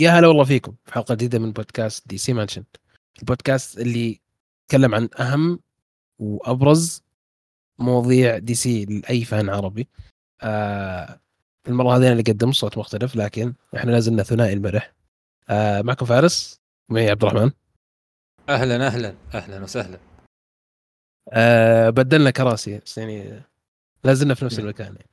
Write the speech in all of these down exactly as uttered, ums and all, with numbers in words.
يا هلا والله فيكم في حلقة جديدة من بودكاست دي سي مانشن، البودكاست اللي يتكلم عن أهم وأبرز مواضيع دي سي لأي فان عربي. آه المرة هذه أنا اللي قدم صوت مختلف، لكن إحنا لازلنا ثنائي المرح. آه معكم فارس، معي عبد الرحمن. اهلا اهلا اهلا وسهلا. آه بدلنا كراسي بس يعني لازلنا في نفس المكان يعني.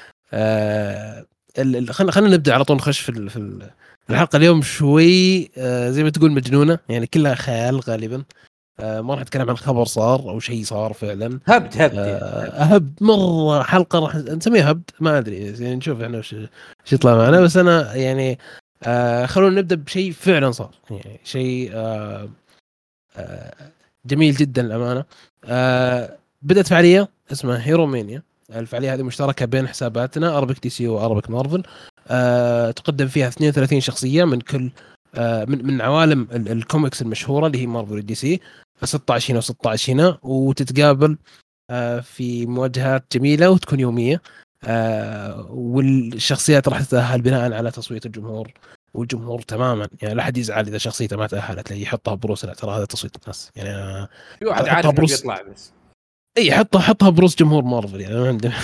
آه خلينا خلينا نبدأ على طول، نخش في ال- في ال- الحلقة اليوم شوي آه زي ما تقول مجنونة، يعني كلها خيال غالبا. آه ما راح نتكلم عن خبر صار او شيء صار فعلا. هبد هبد يعني آه هبد. هبد مره، حلقه راح نسميها هبد، ما ادري يعني نشوف احنا وش وش يطلع معنا. بس انا يعني آه خلونا نبدا بشيء فعلا صار، يعني شيء آه آه جميل جدا الامانه. آه بدات فعاليه اسمها هيرومانيا. الفعاليه هذه مشتركه بين حساباتنا اربك دي سي واربك مارفل. آه تقدم فيها اثنين وثلاثين شخصيه من كل آه من من عوالم ال- الكوميكس المشهوره اللي هي مارفل ودي سي، ستة عشر هنا و16 هنا، وتتقابل آه في مواجهات جميله وتكون يوميه. آه والشخصيات راح تتأهل بناء على تصويت الجمهور، والجمهور تماما يعني لا حد يزعل اذا شخصيته ما تأهلت، لا يحطها بروس، لا ترى هذا تصويت الناس يعني. آه، في واحد حطها عارف انه بروس، بيطلع بس. اي حطها حطها بروس جمهور مارفل يعني ما عندنا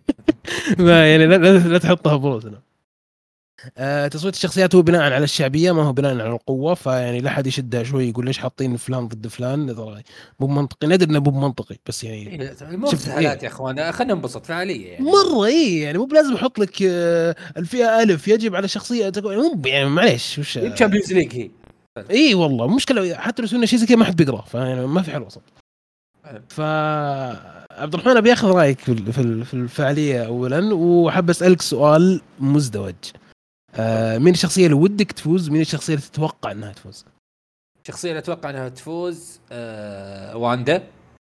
ما يعني لا, لا, لا تحطها بروس. أنا. آه تصويت الشخصيات هو بناء على الشعبيه، ما هو بناء على القوه، فيعني لا حد يشدها شوي يقول ليش حاطين فلان ضد فلان، ترى مو منطقي. ندري انه مو منطقي بس يعني إيه، مو شوف سهالات ايه يا اخوان، خلينا ننبسط فعاليه يعني. مره ايه يعني مو بلازم احط لك آه الفئه الف يجب على شخصيه تكون مو يعني معليش وش الشامبيونز ليج هي. اي والله مشكله حتى لو سوينا شيء زي كذا ما حد بيقرا، فيعني ما في حل وسط. ف عبد الرحمن ابي اخذ رايك في ال- في ال- في الفعاليه اولا، وحاب اسالك سؤال مزدوج. آه مين الشخصيه اللي ودك تفوز، مين الشخصيه اللي تتوقع انها تفوز؟ الشخصيه اللي اتوقع انها تفوز آه واندا.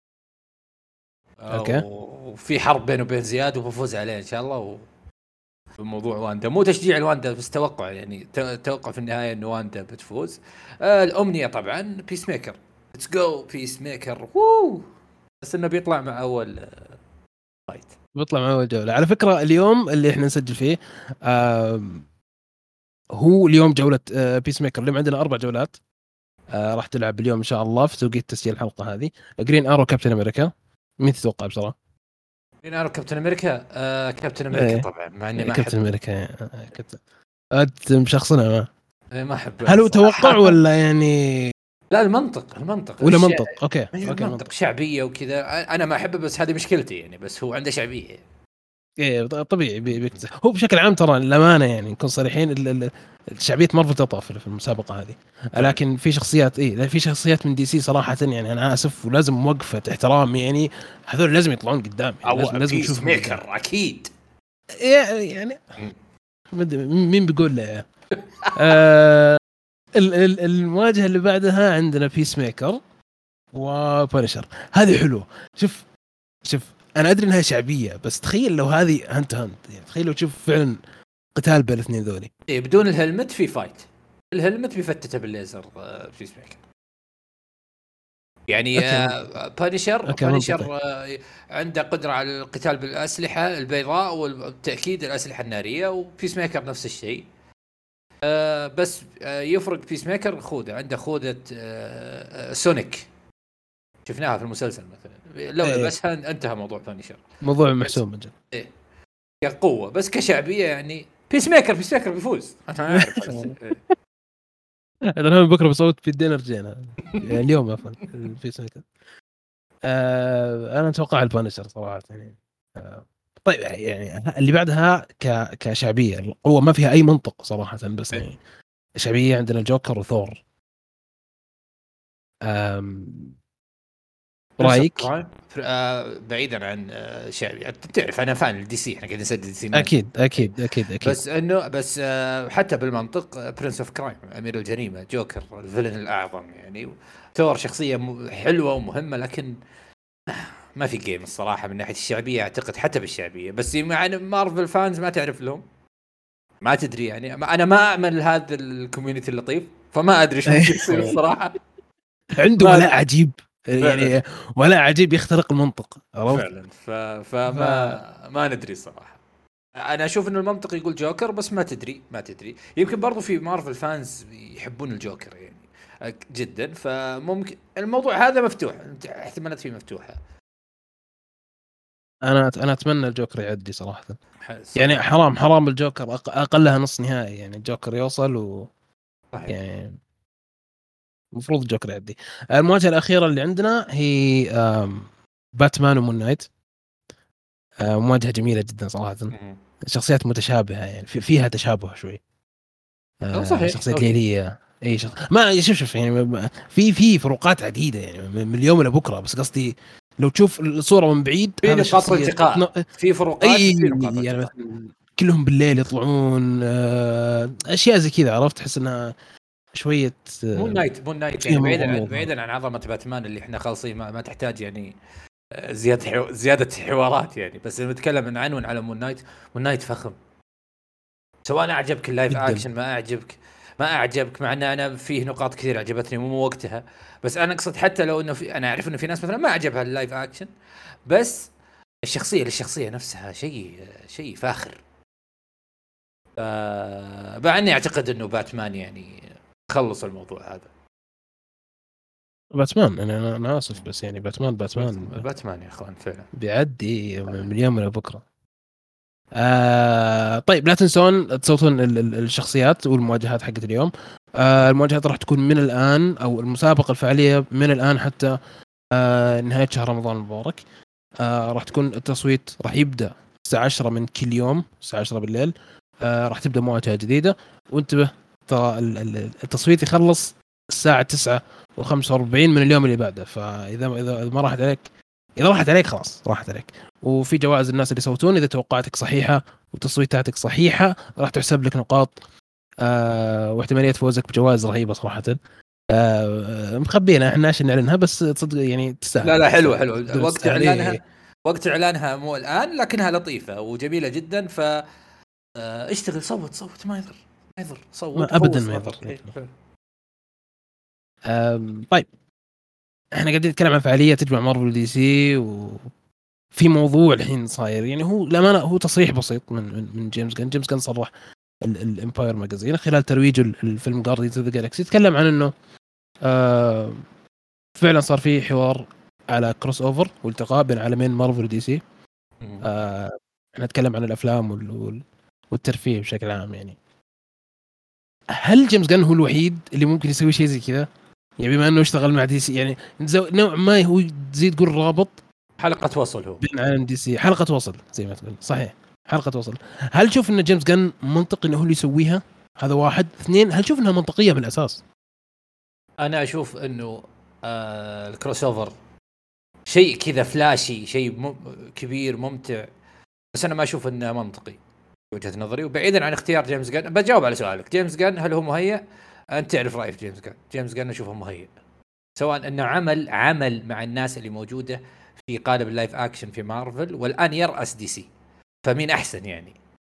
آه اوكي وفي حرب بينه وبين زياد وبفوز عليه ان شاء الله. وبموضوع واندا مو تشجيع الواندا بس توقع، يعني توقع في النهايه انه واندا بتفوز. آه الامنيه طبعا بيس ميكر. ليتس جو بيس ميكر. ووو. بس انه بيطلع مع اول فايت. بيطلع مع اول جوله. على فكره اليوم اللي احنا نسجل فيه آه هو اليوم جوله آه بيس ميكر. اليوم عندنا اربع جولات آه راح تلعب اليوم ان شاء الله في توقيت تسجيل الحلقه هذه. جرين ارو كابتن امريكا، مين تتوقع بصراحه؟ مين أنا كابتن أمريكا؟ آه كابتن أمريكا ايه طبعا، مع إني ما كابتن أحب. امريكا. آه، كابتن انت مشخصنها ما إيه، ما أحب هل هو توقع الصراحة. ولا يعني لا المنطق المنطق ولا الش... منطق؟ اوكي اوكي المنطق منطق. شعبية وكذا، أنا ما أحبه بس هذه مشكلتي يعني، بس هو عنده شعبية. ايه طبيعي بي- بيكتسح. هو بشكل عام ترى الامانه يعني نكون صريحين، ال- ال- شعبيه مارفل تطغى في المسابقه هذه. فعلا. لكن في شخصيات ايه لا، في شخصيات من دي سي صراحه يعني انا اسف ولازم وقفه احترام يعني، هذول لازم يطلعون قدام يعني، أو لازم لازم بيس نشوفهم قدام ميكر أكيد. إيه يعني. مد- مين بيقول له يعني. آه ال- ال- المواجهه اللي بعدها عندنا بيس ميكر وبانشر. هذه حلوه. شوف شوف انا ادري انها شعبيه بس تخيل لو هذه هانت هانت، يعني تخيل لو تشوف فعلا قتال بين الاثنين ذولي. إيه بدون الهلمت في فايت. الهلمت بيفتته بالليزر. آه بيس ميكر يعني. اوكي منطقي. آه بانشر اوكي منطقي. بانشر آه عنده قدرة على القتال بالأسلحة البيضاء وبالتأكيد الأسلحة النارية، وبيس ميكر نفس الشيء. آه بس آه يفرق بيس ميكر خوذة، عنده خوذة آه آه سونيك، شفناها في المسلسل مثلا، لو ايه لبسها انتهى موضوع بانيشر. موضوع محسوم من جد. ايه كقوة، بس كشعبية يعني بيس ميكر بيس ميكر بيفوز انا اعرف. انا بكره بصوت في الدينر جينا يعني اليوم عفوا في سنة. آه انا اتوقع البانشر صراحه يعني. آه طيب يعني اللي بعدها ك كشعبيه القوه ما فيها اي منطق صراحه، بس يعني شعبيه عندنا الجوكر وثور. رايك؟ آه بعيدا عن آه شعبي، انت تعرف انا فان الدي سي، احنا قاعدين نسدد دي سي اكيد اكيد اكيد اكيد. بس انه بس آه حتى بالمنطق برنس اوف كرايم، امير الجريمه، جوكر الفيلن الاعظم يعني. ثور شخصيه حلوه ومهمه، لكن ما في جيم الصراحه من ناحيه الشعبيه، اعتقد حتى بالشعبيه، بس مع مارفل فانز ما تعرف لهم، ما تدري يعني. انا ما اعمل هذا الكوميونتي اللطيف، فما ادري ايش ممكن يصير الصراحه. عنده ولاء عجيب فعلا يعني، ولاء عجيب يخترق المنطق، عرفت؟ فعلا ف... فما ف... ما ندري صراحه. انا اشوف انه المنطق يقول جوكر، بس ما تدري ما تدري يمكن برضو في مارفل فانز يحبون الجوكر يعني جدا، فممكن الموضوع هذا مفتوح، احتمالات فيه مفتوحه. انا انا اتمنى الجوكر يعدي صراحه، صحيح. يعني حرام حرام الجوكر أق... اقلها نص نهائي، يعني الجوكر يوصل و صحيح. يعني المفروض الجوكر يعدي. المواجهه الاخيره اللي عندنا هي آم، باتمان ومون نايت. آه، مواجهه جميله جدا صراحه، شخصيات متشابهه يعني في فيها تشابه شوي. أو آه، صحيح شخصيه أوكي. ليلية اي شخص ما شوف شوف يعني في في فروقات عديده يعني من اليوم لبكره، بس قصدي لو تشوف الصوره من بعيد في هذا نقاط الشخصيه التقاء، في فروقات اي وفي نقاط يعني التقاء. مثلا كلهم بالليل يطلعون، آه، اشياء زي كذا، عرفت، تحس انها شويه مون آه، نايت مون نايت يعني فيهم بعيدا عن غموض. بعيدا عن عظمه باتمان اللي احنا خالصين، ما, ما تحتاج يعني زياده حو... زياده حوارات يعني. بس لما نتكلم من عنون على مون نايت، مون نايت فخم، سواء اعجبك اللايف جدا اكشن ما اعجبك ما اعجبك مع ان انا فيه نقاط كثير عجبتني مو وقتها. بس انا اقصد حتى لو انه في، انا اعرف انه في ناس مثلا ما عجبها اللايف اكشن، بس الشخصيه للشخصيه نفسها شيء شيء فاخر. آه بعني اعتقد انه باتمان يعني خلص الموضوع هذا. باتمان، انا انا أنا اسف بس يعني باتمان باتمان باتمان يا اخوان فعلا بيعدي من اليوم لبكره. آه طيب لا تنسون تصوتون ال- ال- الشخصيات والمواجهات حقت اليوم. آه المواجهات راح تكون من الان، او المسابقه الفعليه من الان حتى آه نهايه شهر رمضان المبارك. آه راح تكون التصويت راح يبدا الساعه عشرة من كل يوم الساعه عشرة بالليل. آه راح تبدا مواجهه جديده، وانتبه ترى ال- ال- التصويت يخلص الساعه تسعة وخمسة وأربعين من اليوم اللي بعده، فاذا اذا ما راحت عليك، اذا راحت عليك خلاص راحت عليك. وفي جوائز الناس اللي يصوتون، اذا توقعاتك صحيحه وتصويتاتك صحيحه راح تحسب لك نقاط، آه واحتماليه فوزك بجوائز رهيبه صراحه. آه مخبينا احنا عشان نعلنها، بس تصدق يعني لا تستاهل لا حلو تستاهل حلو وقت تستاهل إيه. اعلانها. وقت اعلانها مو الان لكنها لطيفه وجميله جدا. ف آه، اشتغل صوت صوت ما يضر ما يضر صوت ما ابدا وفوز ما يضر. صوتك. إيه، حلو. آم، طيب احنا قاعدين نتكلم عن فعاليه تجمع مارفل دي سي، وفي موضوع الحين صاير يعني، هو للامانه هو تصريح بسيط من من, من جيمس جان. جيمس جان صرح الامباير ماجازين خلال ترويجه الفيلم جاردينز اوف ذا جالكسي، تكلم عن انه آه فعلا صار في حوار على كروس اوفر والتقاء بين عالمين مارفل ودي سي. مم. آه احنا نتكلم عن الافلام وال- وال- والترفيه بشكل عام يعني. هل جيمس جان هو الوحيد اللي ممكن يسوي شيء زي كذا؟ يعني بما انه اشتغل مع دي سي، يعني نزو- نوع ما هو تزيد تقول رابط حلقه وصل هو. بين عالم دي سي، حلقه وصل زي ما تقول صحيح، حلقه وصل. هل تشوف ان جيمس جان منطقي انه هو اللي يسويها؟ هذا واحد. اثنين، هل تشوف انها منطقيه من الاساس؟ انا اشوف انه آه الكروس اوفر شيء كذا فلاشي، شيء مم... كبير ممتع، بس انا ما اشوف انه منطقي وجهه نظري. وبعيدا عن اختيار جيمس جان، بجاوب على سؤالك جيمس جان هل هو مهيأ؟ انت تعرف رايي في جيمس جان. جيمس جان اشوفه مهيأ، سواء انه عمل عمل مع الناس اللي موجوده في قالب اللايف اكشن في مارفل، والان يرأس دي سي، فمين احسن يعني؟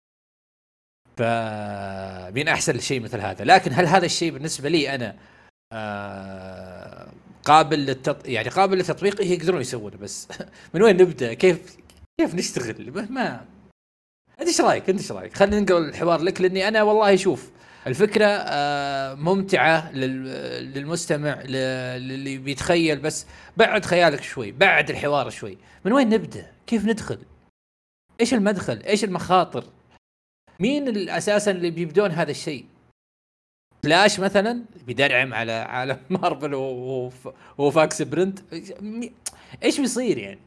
فمين احسن لشيء مثل هذا؟ لكن هل هذا الشيء بالنسبه لي انا آه قابل للتط... يعني قابل لتطبيقه؟ يقدرون يسوونه، بس من وين نبدا؟ كيف كيف نشتغل؟ ما انت ايش رايك؟ انت ايش رايك؟ خلينا ننقل الحوار لك، لاني انا والله شوف الفكره آه ممتعه لل... للمستمع، ل... للي بيتخيل، بس بعد خيالك شوي، بعد الحوار شوي. من وين نبدا؟ كيف ندخل؟ ايش المدخل؟ ايش المخاطر؟ مين اساسا اللي بيبدون هذا الشيء؟ فلاش مثلا بيدرعم على عالم مارفل وف... وفاكس برنت، ايش بيصير يعني؟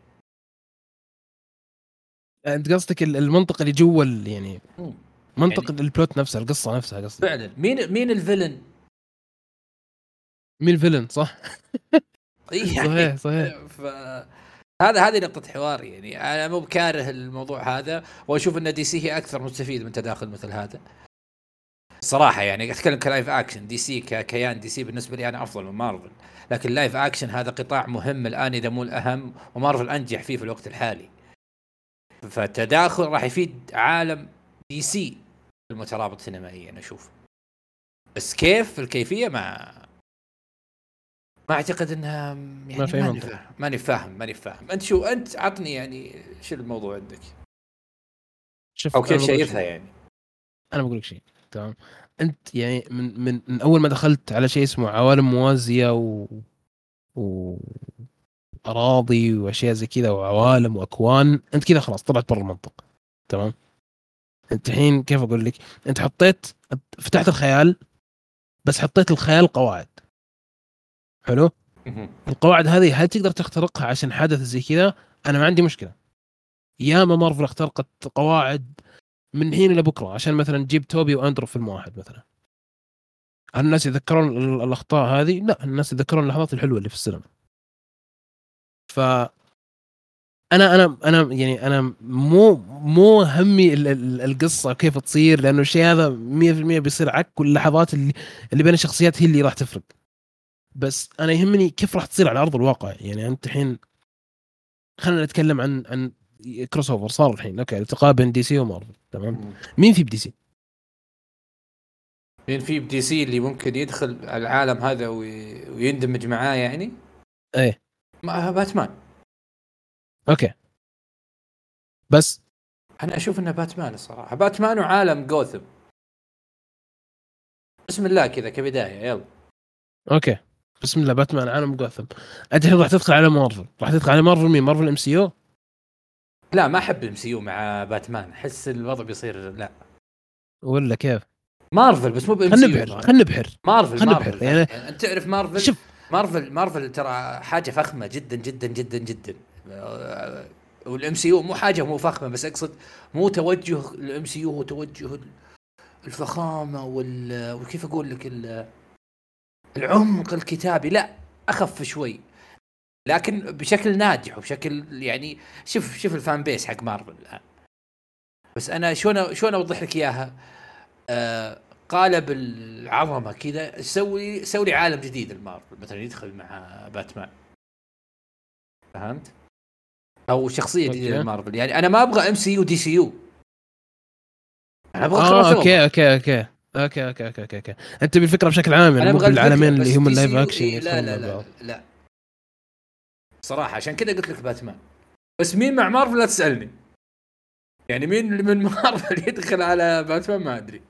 انت قصدك ال- المنطقه اللي جوا ال- يعني منطقه يعني البلوت نفسها، القصه نفسها قصدي. فعلا مين مين الفيلن؟ مين الفيلن؟ صح. يعني صحيح صحيح. ف هذا هذه نقطة حوار يعني. أنا مو بكاره الموضوع هذا، وأشوف أن دي سي هي أكثر مستفيد من تداخل مثل هذا الصراحة. يعني أتكلم كلايف أكشن، دي سي ككيان، دي سي بالنسبة لي أنا أفضل من مارفل، لكن لايف أكشن هذا قطاع مهم الآن إذا مو الأهم، ومارفل أنجح فيه في الوقت الحالي. فالتداخل راح يفيد عالم دي سي المترابط سينمائيا أنا أشوف، بس كيف الكيفية ما ما اعتقد انها ما يعني في ماني منطق. فاهم ماني فاهم ماني فاهم انت شو انت عطني يعني شو الموضوع عندك؟ شوف او أنا كيف بقول لك شايفها شيء. يعني؟ انا بقول لك شيء تمام. انت يعني من من من اول ما دخلت على شيء اسمه عوالم موازيه و واراضي واشياء زي كذا وعوالم واكوان، انت كذا خلاص طلعت برا المنطق. تمام. انت الحين كيف اقول لك، انت حطيت فتحت الخيال، بس حطيت الخيال قواعد. حلو. مهم. القواعد هذه هل تقدر تخترقها عشان حدث زي كذا؟ انا ما عندي مشكله. ياما مارفل اخترقت قواعد من حين الى بكره عشان مثلا تجيب توبي واندرو فيلم واحد مثلا. هل الناس يتذكرون ال- الاخطاء هذه؟ لا، الناس يتذكرون اللحظات الحلوه اللي في السينما. ف انا انا انا يعني انا مو مو همي ال- ال- القصه كيف تصير، لانه الشيء هذا مية بالمية بيصير عك، واللحظات اللي اللي بين الشخصيات هي اللي راح تفرق. بس انا يهمني كيف راح تصير على ارض الواقع. يعني انت الحين خلينا نتكلم عن عن كروس اوفر صار الحين، اوكي، التقاء بين دي سي ومارفل، تمام. مم. مين في بدي سي؟ مين في بدي سي اللي ممكن يدخل العالم هذا وي... ويندمج معاه يعني؟ ايه. ما باتمان. اوكي. بس انا اشوف انه باتمان الصراحه، باتمان وعالم جوثم. بسم الله كذا كبدايه، يلا. اوكي، بسم الله، باتمان عالم جوثم. انت الحين راح تدخل على مارفل، راح تدخل على مارفل مين؟ مارفل ام سي يو؟ لا ما احب الام سي يو مع باتمان، احس الوضع بيصير لا. ولا كيف؟ مارفل بس مو بام خلينا سي يو. نبحر خلينا نبحر مارفل خلينا مارفل نبحر يعني. انت تعرف مارفل. شوف، مارفل مارفل ترى حاجه فخمه جدا جدا جدا جدا. والام سي يو مو حاجه مو فخمه، بس اقصد مو توجه الام سي يو، هو توجه الفخامه وال وكيف اقول لك ال- العمق الكتابي، لا اخف شوي لكن بشكل ناجح وبشكل يعني. شوف شوف الفان بيس حق مارفل الان. بس انا شلون شلون اوضح لك اياها. آه قالب العظمه كذا، سوي سوي لي عالم جديد المارفل مثلا يدخل مع باتمان، فهمت؟ او شخصيه جديده اوكي. للمارفل. يعني انا ما ابغى ام سي يو دي سي يو، انا ابغى اه كروس اوكي اوفر. اوكي اوكي اوكي اوكي اوكي اوكي, أوكي. انت بالفكره بشكل عام يعني، انا مو ابغى الفكره، بالعالمين اللي بس هم دي اللايف سي يو اكشن إيه لا يدخلون لا مع لا بعض. لا, لا. صراحه عشان كذا قلت لك باتمان. بس مين مع مارفل لا تسالني، يعني مين اللي من مارفل يدخل على باتمان ما ادري.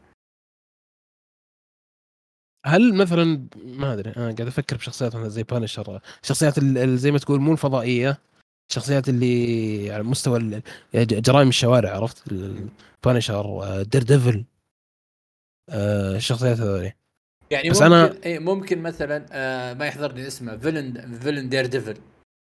هل مثلا ما ادري، انا قاعد افكر بشخصيات مثلا زي بانشر، شخصيات ال- زي ما تقول مو الفضائيه، شخصيات اللي على مستوى ال- جرائم الشوارع، عرفت؟ بانشر، دير ديفل، الشخصيات هذول. يعني بس ممكن انا ايه ممكن مثلا آه ما يحضرني اسمه فيلن فيلن دير ديفل.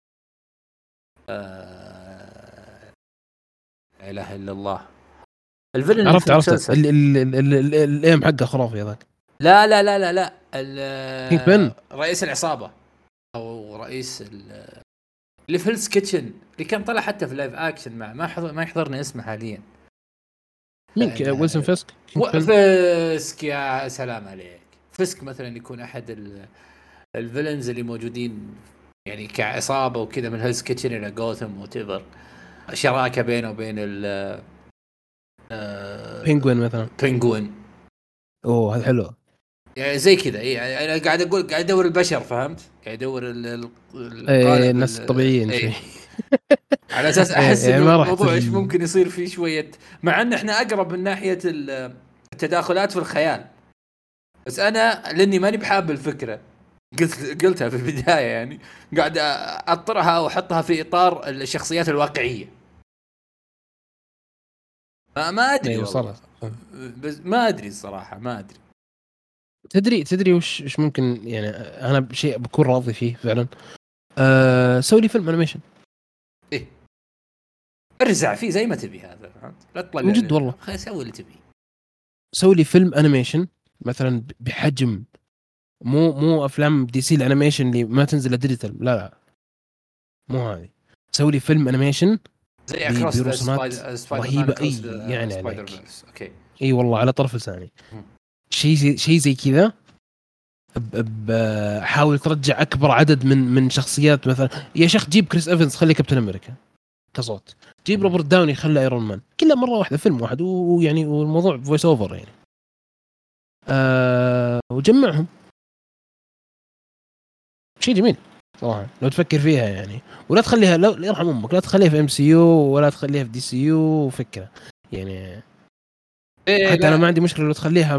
آه لا اله الا الله. الفيلن اللي في عرفت عرفت المسلسل. ال- ال- ال- ال- ال- الايم حقه خرافي هذاك. لا لا لا لا لا كينج بن. ال- رئيس العصابة، او رئيس ال- اللي في هيلز كيتشن، اللي كان طلع حتى في لايف اكشن مع ما حضر ما يحضرني اسمه حاليا. مين؟ لا ك- اله ويلسون الا فيسك؟ كينج الله. بن. فيسك يا سلام عليك. فيسك مثلا يكون احد ال- الفيلنز اللي موجودين يعني كعصابة وكذا من هيلز كيتشن الى جوثم وتيفر، شراكة بينه وبين ال بينجوين مثلا. بينجوين. اوه هذا حلو. يعني زي كذا اي يعني انا قاعد اقول قاعد ادور البشر، فهمت؟ قاعد ادور ال- ال- ايه القالب الناس الطبيعيين اي شوي. على اساس إيه احس يعني انه ما رحت الموضوع ايش ال... ممكن يصير فيه شويه، مع ان احنا اقرب من ناحيه ال- التداخلات في الخيال. بس انا لاني ماني بحاب الفكره، قلت قلتها في البدايه يعني قاعد اطرها واحطها في اطار الشخصيات الواقعيه. ما ما ادري ايوه والله. صح. بس ما ادري الصراحه ما ادري. تدري تدري وش وش ممكن يعني، انا بشيء بكون راضي فيه فعلا. أه سوي لي فيلم انيميشن. ايه ارزع فيه زي ما تبي هذا، فهمت؟ لا تطلع من جد والله. خلينا سوي اللي تبي. سوي لي فيلم انيميشن مثلا بحجم، مو مو افلام دي سي الانيميشن اللي ما تنزل ديجيتال، لا لا، مو هذه. سوي لي فيلم انيميشن زي اكروس ذا برسومات سبايدر مان، رهيبه. اكروس اي ذا يعني سبايدر عليك. فيرس. اوكي اي والله على طرف لساني. شيء زي شيء زي كذا. ب- ب- حاول ترجع اكبر عدد من من شخصيات، مثلا يا شيخ جيب كريس ايفنز خليه كابتن امريكا كصوت، جيب مم. روبرت داوني خليه ايرون مان، كلها مره واحده فيلم واحد، ويعني والموضوع فويس اوفر يعني. أه وجمعهم، شيء جميل صراحه لو تفكر فيها يعني. ولا تخليها، لو يرحم امك لا تخليها في ام سي يو ولا تخليها في دي سي يو. فكره يعني إيه حتى لا. انا ما عندي مشكله لو تخليها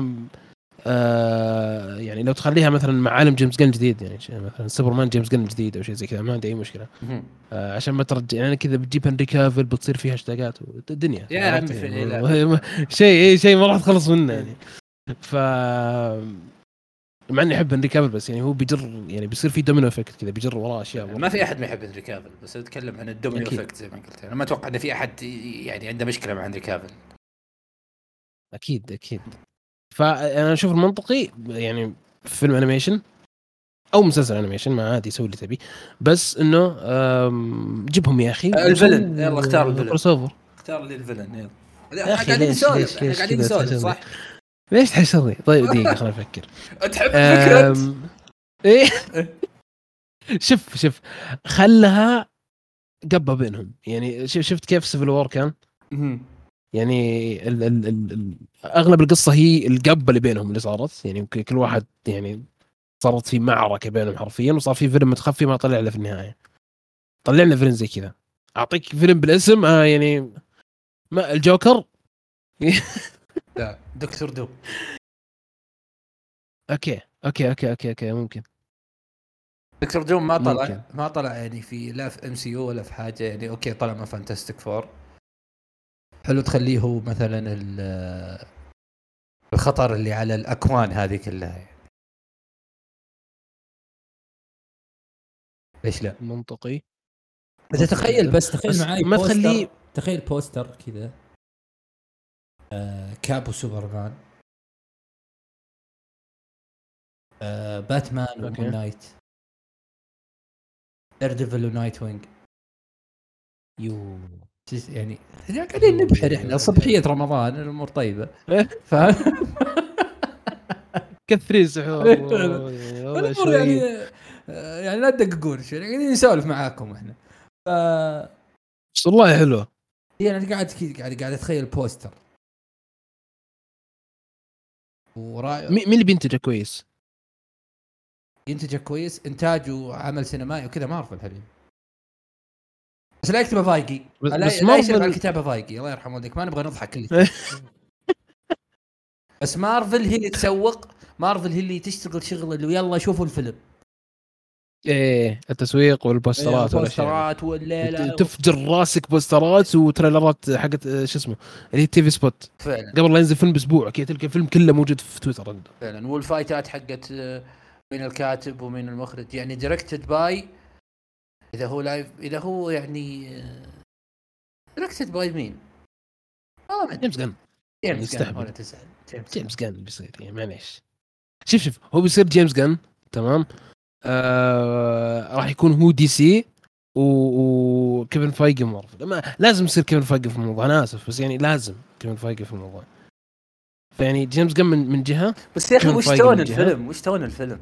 آه يعني لو تخليها مثلا مع عالم جيمس جن جديد، يعني مثلا سوبرمان جيمس جن جديد او شيء زي كذا، ما عندي اي مشكله. آه عشان ما ترجع يعني كذا بتجيب هنري كافل بتصير فيها اشتاقات والدنيا يا عرفت عمي في يعني إيه لا. ما- ما- شيء اي شيء ما راح تخلص منه يعني. ف مع اني احب هنري كافل بس يعني هو بيجر يعني بيصير في دومينو افكت كذا بيجر وراه اشياء ما في احد ما يحب هنري كافل، بس اتكلم عن الدومينو أكيد. افكت زي ما قلت. انا ما اتوقع ان في احد يعني عنده مشكله مع هنري كافل. اكيد اكيد. فانا اشوف المنطقي يعني فيلم انيميشن او مسلسل انيميشن ما عادي سوي اللي تبي، بس انه آم، جيبهم يا اخي الفيلن يلا اختار الفيلن. كروس اوفر. اختار لي الفيلن يلا. يا احنا اخي قاعدين ليش نسولف، ليش احنا ليش قاعدين كذا نسولف تحشرني؟ صح. ليش تحشرني؟ طيب دقيقه خليني افكر. تحب الفكره انت؟ آم، ايه شوف شوف خلها قبه بينهم يعني. شف- شفت كيف سيفل وور كان يعني ال ال ال ال اغلب القصه هي القبه اللي بينهم اللي صارت يعني ك- كل واحد يعني صارت في معركه بينهم حرفيا، وصار في فيلم متخفي ما طلع له في النهايه. طلعنا فيلم زي كذا، اعطيك فيلم بالاسم آه يعني ما الجوكر. لا دكتور دو. اوكي اوكي اوكي اوكي اوكي ممكن دكتور دوم ما طلع ممكن ما طلع يعني في لا في ام سي يو ولا في حاجه يعني. اوكي طلع من فانتاستيك فور. حلو تخليه هو مثلا ال- الخطر اللي على الاكوان هذه كلها يعني. ليش لا؟ منطقي. بس منطقي تخيل جدا. بس تخيل بس معاي ما بوستر تخليه تخيل بوستر كذا آه كابو سوبرمان آه باتمان ومون اوكي نايت ايرديفل ونايت وينج. يو جس- يعني قاعدين يو نبحر يو احنا يو صبحيه رمضان الامور طيبه. يو ف كثري سحور يعني والله الامور يعني شوي. آه، يعني لا تدققون شوي قاعدين نسولف معاكم احنا. ف بس والله حلوه. يعني انا قاعد كذا قاعد قاعد اتخيل بوستر ورائع مين اللي بينتجه كويس؟ ينتجه كويس انتاجه عمل سينمائي وكذا مارفل حبيبي. بس لا يكتبه فايقي بس, لا, بس لا يشرب على مارفل الكتابه فايقي الله يرحمه والديك ما نبغى نضحك كل شيء. بس مارفل هي اللي تسوق. مارفل هي اللي تشتغل شغل اللي يلا شوفوا الفيلم ايه التسويق والبوسترات والاشياء هذه بوسترات والليله تفجر راسك بوسترات وتريلرات حقت آه، شو اسمه اللي هي تي في سبوت فعلا قبل لا ينزل فيلم باسبوع كذا تلقى الفيلم كله موجود في تويتر عنده. فعلا. والفايتات حقت آه، من الكاتب ومن المخرج يعني دايركتد باي. اذا هو لايف اذا هو يعني دايركتد باي مين؟ اه من جيمس جن جيمس جان يستهبل. ولا تسأل جيمس, جيمس جن بيصير يعني معليش. شوف شوف هو بيصير جيمس جن تمام. آه راح يكون هو دي سي و- وكيفن فايجي مارفل. ما لازم يصير كيفن فايجي في الموضوع، انا اسف بس يعني لازم كيفن فايجي في الموضوع. فيعني جيمس جن من, من جهه بس يا اخي كيفن وش فايجي تون من جهة. الفيلم؟ وش تون الفيلم؟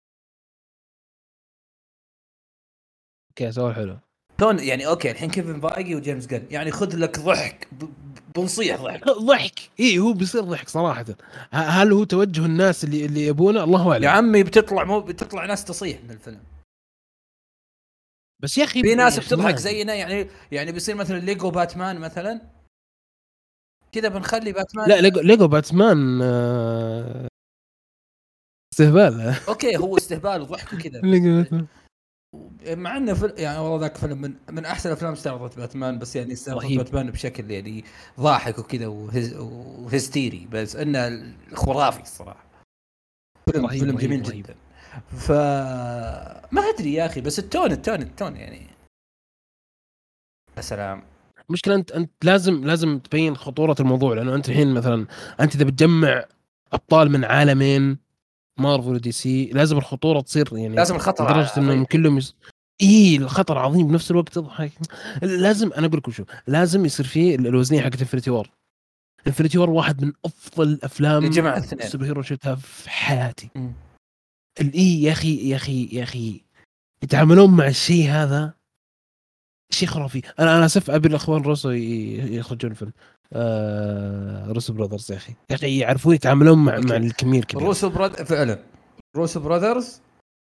اوكي سؤال حلو. تون يعني اوكي الحين كيفن فايجي وجيمس جان يعني خذ لك ضحك ب- ب- بنصيح ضحك ضحك اي هو بيصير ضحك صراحه. ه- هل هو توجه الناس اللي اللي يبونه؟ الله اعلم. يا عمي بتطلع مو بتطلع ناس تصيح من الفيلم. بس يا اخي في ناس يا أخي بتضحك ما- زينا يعني. يعني بيصير مثلا ليجو باتمان مثلا كذا بنخلي باتمان. لا ليجو, ليجو باتمان آه، استهبال. اوكي هو استهبال وضحك وكذا ليجو باتمان مع انه فل... يعني والله ذاك فيلم من من احسن افلام استعرضت باتمان. بس يعني استعرضت رهيب. باتمان بشكل يعني ضاحك وكذا وهز... وهستيري بس انه خرافي الصراحه. فيلم رهيب فيلم رهيب جميل رهيب. جدا. ف ما ادري يا اخي بس التون التون التون يعني يا سلام. مشكلة انت انت لازم لازم تبين خطورة الموضوع، لانه انت الحين مثلا انت اذا بتجمع ابطال من عالمين مارفل ودي سي لازم الخطورة تصير يعني لازم الخطر لدرجة انهم عظيم. كلهم يس... ايه الخطر عظيم بنفس الوقت تضحك. لازم انا اقول لكم شو لازم يصير فيه ال- الوزنية حقت انفنتي وور. انفنتي وور واحد من افضل اللي افلام جمع الاثنين. السوبر هيرو شفتها في حياتي. مم. الاي يا اخي يا اخي يا اخي يتعاملون مع الشيء هذا شيء خرافي. انا انا اسف ابي الاخوان روسو ي- يخرجون فيلم آه روسو براذرز يا اخي يا اخي يعرفون يتعاملون مع أوكي. مع الكميه الكبيره. روسو براد فعلا. روسو براذرز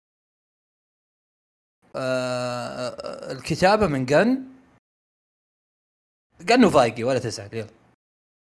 آه... الكتابه من جن جن وفايقي ولا تسعد يلا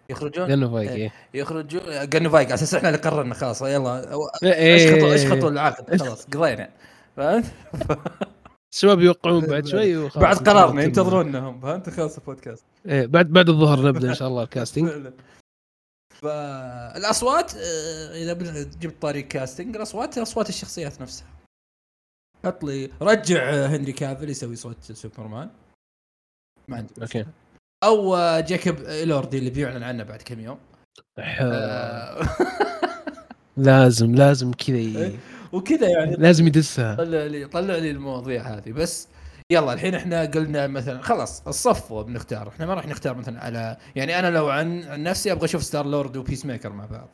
يخرجون جنو فايك إيه. يخرجون جنو فايك على اساس احنا اللي قررنا خلاص يلا إيه. اشخطوا اشخطوا العقد خلاص قضينا فهمت. الشباب يوقعون بعد شوي وخلاص بعد قرارنا ينتظرونهم فهمت خلاص البودكاست إيه بعد بعد الظهر نبدا ان شاء الله الكاستنج. فالاصوات اذا جبت طريق كاستنج الاصوات اصوات الشخصيات نفسها. حط لي رجع هنري كافيل يسوي صوت سوبرمان ما عندي اوكي او جاكوب إيلوردي اللي بيعلن عنه بعد كم يوم. آه. لازم لازم كذا وكذا يعني لازم يدسها. طلع لي طلع لي المواضيع هذه بس. يلا الحين احنا قلنا مثلا خلاص الصفوه بنختار احنا ما راح نختار مثلا على يعني انا لو عن, عن نفسي ابغى اشوف ستار لورد وبيس ميكر مع بعض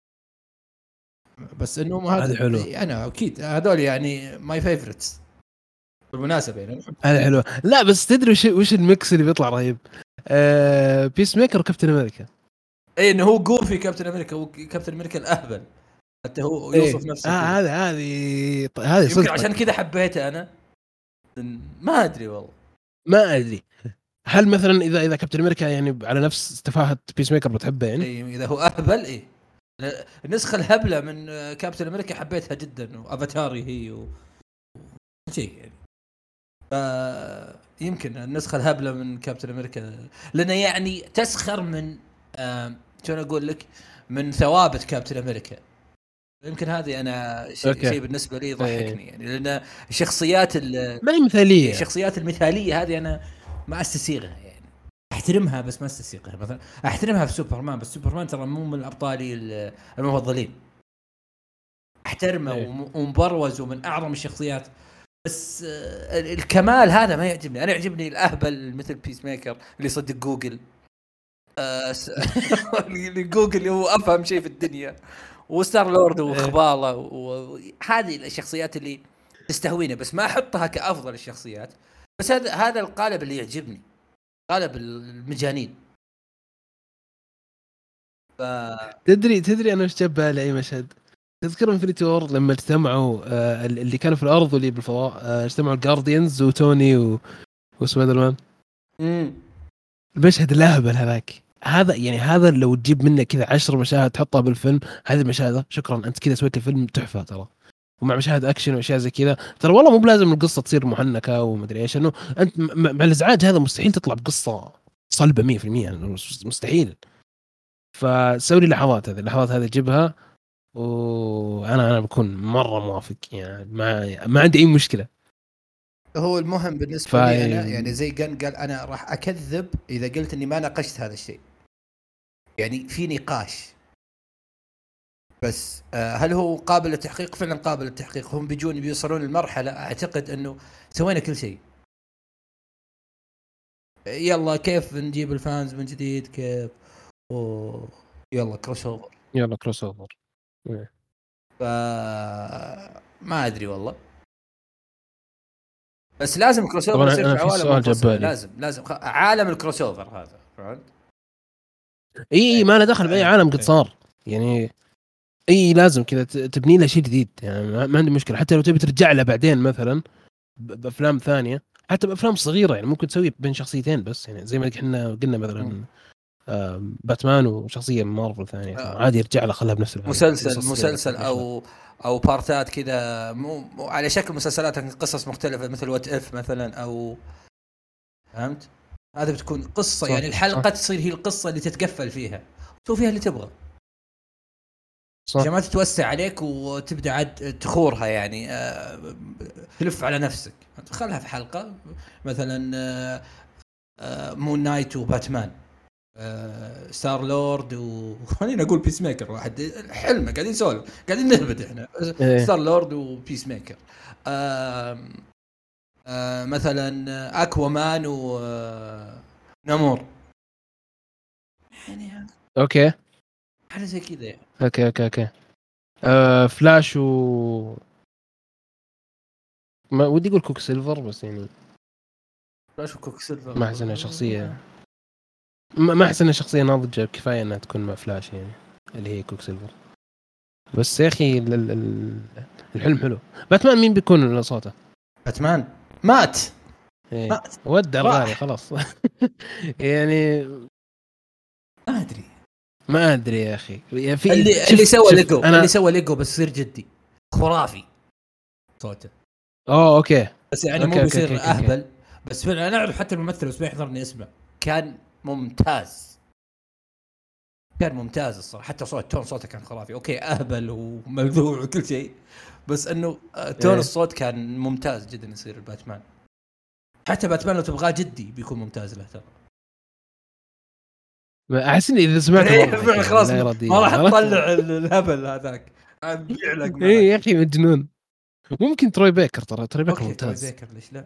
بس انه هذا حلو. انا اكيد هذول يعني ماي فيفورتس بالمناسبه يعني هذا حلو. لا بس تدري وش وش الميكس اللي بيطلع رهيب؟ آه بيس ميكر وكابتن امريكا. اي انه هو جوفي كابتن امريكا وكابتن امريكا الاهبل حتى هو يوصف إيه؟ نفسه. آه هذا هذه هذه يمكن عشان كذا حبيته انا ما ادري والله ما ادري. هل مثلا اذا اذا كابتن امريكا يعني على نفس تفاهه بيس ميكر بتحبه يعني؟ إيه اذا هو اهبل ايه النسخه الهبله من كابتن امريكا حبيتها جدا وافاتاري هي و... شيء يعني ف يمكن النسخه الهبله من كابتن امريكا لانه يعني تسخر من آه... شلون اقول لك من ثوابت كابتن امريكا. يمكن هذه انا شيء شي بالنسبه لي ضحكني يعني لان الشخصيات ما هي مثاليه الشخصيات المثاليه هذه انا ما استسيغها يعني احترمها بس ما استسيغها. مثلا احترمها في سوبرمان بس سوبرمان ترى مو من ابطالي المفضلين احترمه أيه. ومبروز ومن اعظم الشخصيات بس الكمال هذا ما يعجبني. انا يعجبني الاهبل مثل بيس ميكر اللي يصدق جوجل اللي جوجل هو افهم شيء في الدنيا وستار لورد وخباله وهذه الشخصيات اللي تستهويني بس ما احطها كافضل الشخصيات. بس هذا هذا القالب اللي يعجبني قالب المجانين. ف... تدري تدري انا وش جاب بالي اي مشهد؟ تذكر انفينيتي وور لما اجتمعوا آه اللي كانوا في الارض واللي بالفضاء آه اجتمعوا الجارديانز وتوني و... وسبايدر مان. امم المشهد الاهبل هذاك هذا يعني هذا لو تجيب منه كذا عشر مشاهد تحطها بالفيلم هذه المشاهد شكرا انت كذا سويت الفيلم تحفه ترى. ومع مشاهد اكشن واشياء زي كذا ترى والله مو بلازم القصه تصير محنكه ومدري ايش انه انت مع الازعاج هذا مستحيل تطلع بقصه صلبه مية بالمية يعني مستحيل. فسوي لي لحظات هذه اللحظات هذه جيبها وانا انا بكون مره موافق يعني ما ما عندي اي مشكله. هو المهم بالنسبه فا... لي انا يعني زي كان قال انا راح اكذب اذا قلت اني ما ناقشت هذا الشيء. يعني في نقاش بس هل هو قابل للتحقيق؟ فعلا قابل للتحقيق. هم بيجون بيوصلون المرحله اعتقد انه سوينا كل شيء يلا كيف نجيب الفانز من جديد كيف أوه. يلا كروس اوفر يلا كروس اوفر ف ما ادري والله بس لازم كروس اوفر يصير في عوالم منفصلة. لازم لازم خ... عالم الكروس اوفر هذا فهمت؟ اي ما له دخل باي عالم قد صار يعني اي لازم كذا تبني له شيء جديد يعني ما عندي مشكله حتى لو تبي ترجع له بعدين مثلا بافلام ثانيه حتى بافلام صغيره يعني ممكن تسوي بين شخصيتين بس يعني زي ما احنا قلنا مثلا باتمان وشخصيه من مارفل ثانيه آه. عادي يرجع له خلها بنفس العالم. مسلسل مسلسل او او بارتات كذا مو على شكل مسلسلات قصص مختلفه مثل وات اف مثلا او فهمت. هذا بتكون قصه صح. يعني الحلقه صح. تصير هي القصه اللي تتقفل فيها سوي فيها اللي تبغى عشان ما تتوسع عليك وتبدا عاد تخورها يعني آه تلف على نفسك. خلها في حلقه مثلا آه آه مون نايت وباتمان آه ستار لورد وخلينا نقول بيس ميكر واحد حلمه قاعدين نسولف قاعدين نهبط احنا إيه. ستار لورد وبيس ميكر آه آه مثلا اكوامان ونامور يعني اوكي حاجه زي كذا يعني. اوكي اوكي اوكي آه فلاش و ما ودي اقول كوك سيلفر بس يعني فلاش وكوك سيلفر ما احسن شخصيه ما احسن شخصيه ناضجه كفايه انها تكون مع فلاش يعني اللي هي كوك سيلفر. بس يا اخي الحلم حلو. باتمان مين بيكون صوته؟ باتمان مات إيه. مات ودع الغالي خلاص يعني ما ادري ما ادري يا اخي يا في اللي شف اللي سوى شف ليجو أنا... اللي سوى ليجو بس يصير جدي خرافي صوته. اوه اوكي بس يعني أوكي مو أوكي بيصير أوكي أوكي. اهبل. بس فعلا انا اعرف حتى الممثل بس ما يحضرني اسمه. كان ممتاز كان ممتاز الصراحه. حتى صوت تون صوته كان خرافي. اوكي اهبل وملذوع وكل شيء بس انه تون إيه. الصوت كان ممتاز جدا يصير الباتمان. حتى باتمان لو تبغاه جدي بيكون ممتاز له ترى. احس اني اذا سمعت فعلا خلاص ما راح تطلع الهبل هذاك بيعلق معك. اي يا اخي مجنون. ممكن تروي بيكر ترى تروي بيكر ممتاز. تروي بيكر ليش لا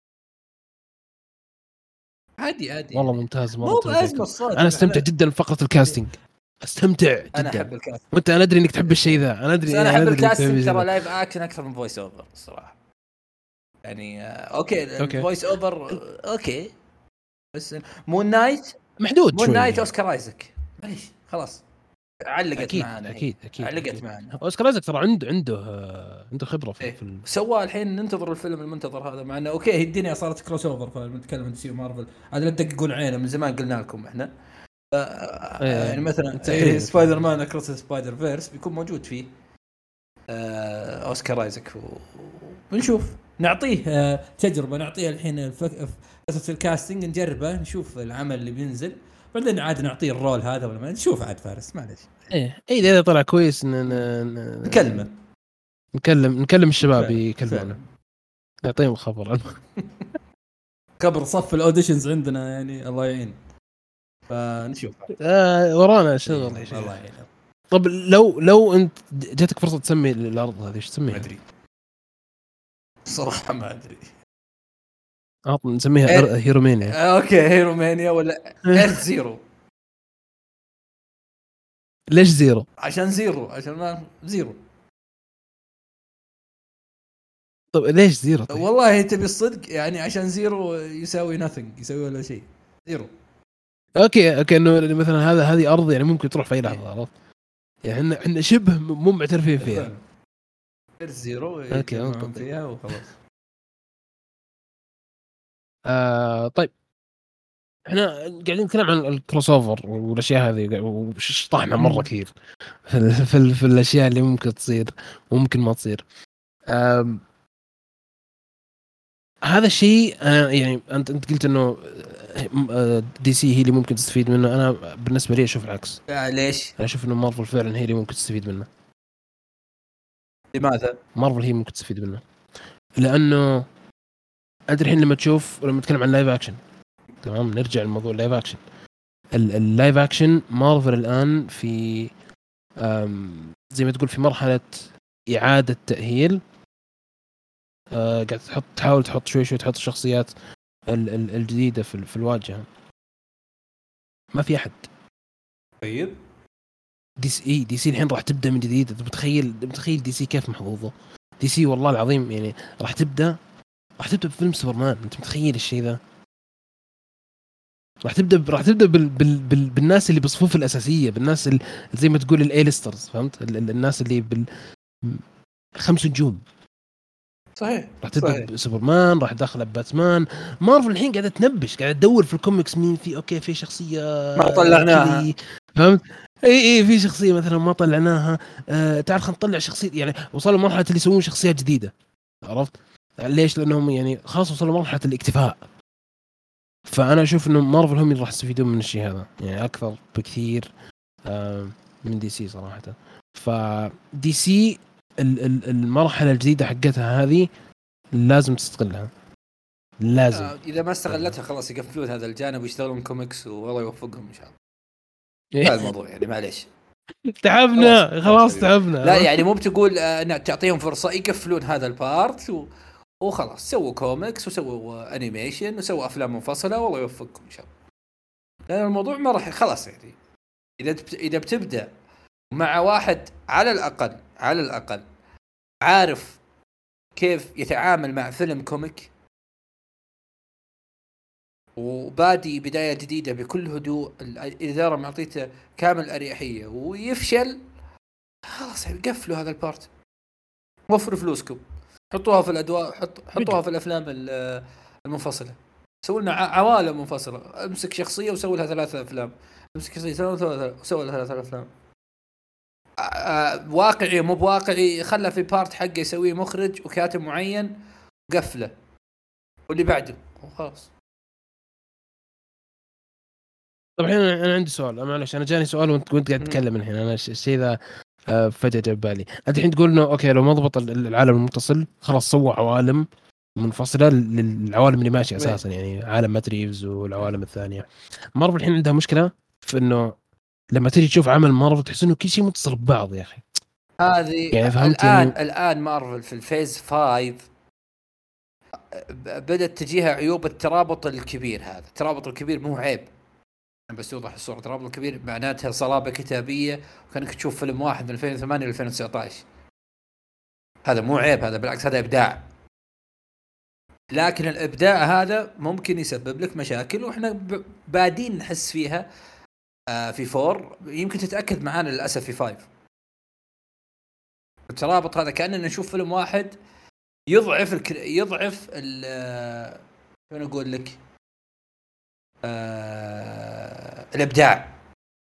عادي عادي والله يعني. ممتاز مو مره تروي بأزمة بيكر. الصوت. انا استمتع جدا بفقره الكاستنج استمتع جدا. انا احب الكاستنج. وانت انا ادري انك تحب الشيء ذا. انا ادري بس انا احب أدري إنك تحب الكاستنج الشيء ترى ذا. لايف اكشن اكثر من فويس اوفر الصراحه. يعني آه، اوكي أوكي. الفويس اوفر آه، اوكي بس مون نايت محدود مون شوي نايت يعني. اوسكار ايزك معليش خلاص علقت اكيد معنا. اكيد اكيد علقت أكيد. معنا. اوسكار ايزك ترى عنده عنده آه، عنده خبره في, إيه. في ال... سواه الحين ننتظر الفيلم المنتظر هذا مع انه اوكي هي الدنيا صارت كروس اوفر فنتكلم عن دي سي ومارفل عاد لا تدققون عينه من زمان قلنا لكم احنا ف... يعني مثلا إيه سبايدر مان اكروس سبايدر فيرس بيكون موجود فيه آه اوسكار ايزك ونشوف نعطيه آه تجربه نعطيه الحين الفك... قصه الكاستنج نجربه نشوف العمل اللي بينزل بعدين عاد نعطيه الرول هذا ولا ما نشوف عاد فارس معليش. ايه ايه اذا طلع كويس ن... ن... نكلمه نكلم نكلم الشباب يكلمونه نعطيهم الخبر. كبر صف الاوديشنز عندنا يعني الله يعين فنشوف. آه ورانا شغل يا شيخ. الله يعين. طب لو لو انت جاتك فرصه تسمي الارض هذه ايش تسميها؟ ما ادري صراحه ما ادري. عطنا نسميها إيه. هيرومانيا. اوكي هيرومانيا ولا ايرث زيرو. ليش زيرو؟ عشان زيرو عشان ما زيرو. طب ليش زيرو طيب؟ والله تبي الصدق يعني عشان زيرو يساوي nothing يسوي ولا شيء زيرو. اوكي اوكي انه مثلا هذا هذه ارض يعني ممكن تروح في اي لحظه عرفت يعني احنا احنا شبه مو معترفين فيها. زيرو اوكي فيها وخلاص. آه طيب احنا قاعدين نتكلم عن الكروس اوفر والاشياء هذه وشطحنا مره كثير في, في, في الاشياء اللي ممكن تصير وممكن ما تصير. آه هذا الشيء انا يعني انت انت قلت انه دي سي هي اللي ممكن تستفيد منه. انا بالنسبه لي اشوف العكس. ليش؟ انا اشوف انه مارفل فعلا هي اللي ممكن تستفيد منه. لماذا؟ مارفل هي ممكن تستفيد منه لانه انت الحين لما تشوف لما نتكلم عن لايف اكشن تمام نرجع لموضوع اللايف اكشن. اللايف اكشن مارفل الان في زي ما تقول في مرحله اعاده تاهيل. أه قاعد تحط تحاول تحط شوي شوي تحط الشخصيات الجديده في في الواجهه. ما في احد. طيب دي سي دي سي الحين راح تبدا من جديد. انت متخيل متخيل دي سي كيف محظوظه؟ دي سي والله العظيم يعني راح تبدا راح تبدا بفيلم سوبرمان. انت متخيل الشيء ذا؟ راح تبدا راح تبدا بال... بال... بال... بالناس اللي بالصفوف الاساسيه بالناس اللي زي ما تقول الايلسترز فهمت ال... ال... الناس اللي بال خمس نجوم. صحيح راح تبدا بسوبرمان راح داخله بباتمان. مارفل الحين قاعده تنبش قاعده تدور في الكوميكس مين في اوكي في شخصيه ما طلعناها فهمت. اي اي في شخصيه مثلا ما طلعناها. آه تعال خلينا نطلع شخصيه يعني وصلوا مرحله اللي يسوون شخصيات جديده عرفت ليش؟ لانهم يعني خلاص وصلوا مرحله الاكتفاء. فانا اشوف انه مارفل هم اللي راح يستفيدون من الشيء هذا يعني اكثر بكثير آه من دي سي صراحه. فدي سي المرحله الجديده حقتها هذه لازم تستغلها لازم. آه اذا ما استغلتها خلاص يقفلون هذا الجانب ويشتغلون كوميكس والله يوفقهم ان شاء الله. هذا الموضوع يعني معليش تعبنا خلاص, خلاص تعبنا. لا يعني مو بتقول آه تعطيهم فرصه يقفلون هذا البارت و... وخلاص سووا كوميكس وسووا انيميشن وسووا افلام منفصله والله يوفقكم ان شاء الله. لان الموضوع ما راح خلاص يعني اذا بت... اذا بتبدا مع واحد على الاقل على الاقل عارف كيف يتعامل مع فيلم كوميك وبادي بدايه جديده بكل هدوء الاداره معطيته كامل اريحيه ويفشل خلاص يقفلوا هذا البارت. وفروا فلوسكم حطوها في الادوار حط حطوها في الافلام المنفصله. سووا لنا عوالم منفصله امسك شخصيه وسوي لها ثلاثه افلام بس كذا سوى سوى سوى ثلاث افلام واقعي مو بواقعي، خلى في بارت حقه يسويه مخرج وكاتب معين قفله واللي بعده وخلاص. طبعا انا عندي سؤال، معلش انا جاني سؤال وانت وانت قاعد تتكلم الحين، انا الشيء ذا فجأة جاب بالي. انت الحين تقول انه اوكي لو ما ضبط العالم المتصل خلاص سووا عوالم منفصله للعوالم اللي ماشيه اساسا، يعني عالم مات ريفز والعوالم الثانيه. مارفل الحين عندها مشكله في انه لما تيجي تشوف عمل مارفل تحس انه كل شيء متصل ببعض يا اخي. هذه يعني فهمت الان يعني... الان مارفل في الفيز فايف بدأت تجيها عيوب الترابط الكبير. هذا الترابط الكبير مو عيب، بس يوضح الصورة. الترابط الكبير معناتها صلابة كتابية، وكانك تشوف فيلم واحد من ألفين وثمانية ل ألفين وتسعة عشر. هذا مو عيب، هذا بالعكس هذا إبداع. لكن الإبداع هذا ممكن يسبب لك مشاكل، وإحنا بادين نحس فيها في فور، يمكن تتأكد معانا للأسف في فايف. الترابط هذا كأننا نشوف فيلم واحد يضعف الك... يضعف ال شو نقول لك آه... الإبداع،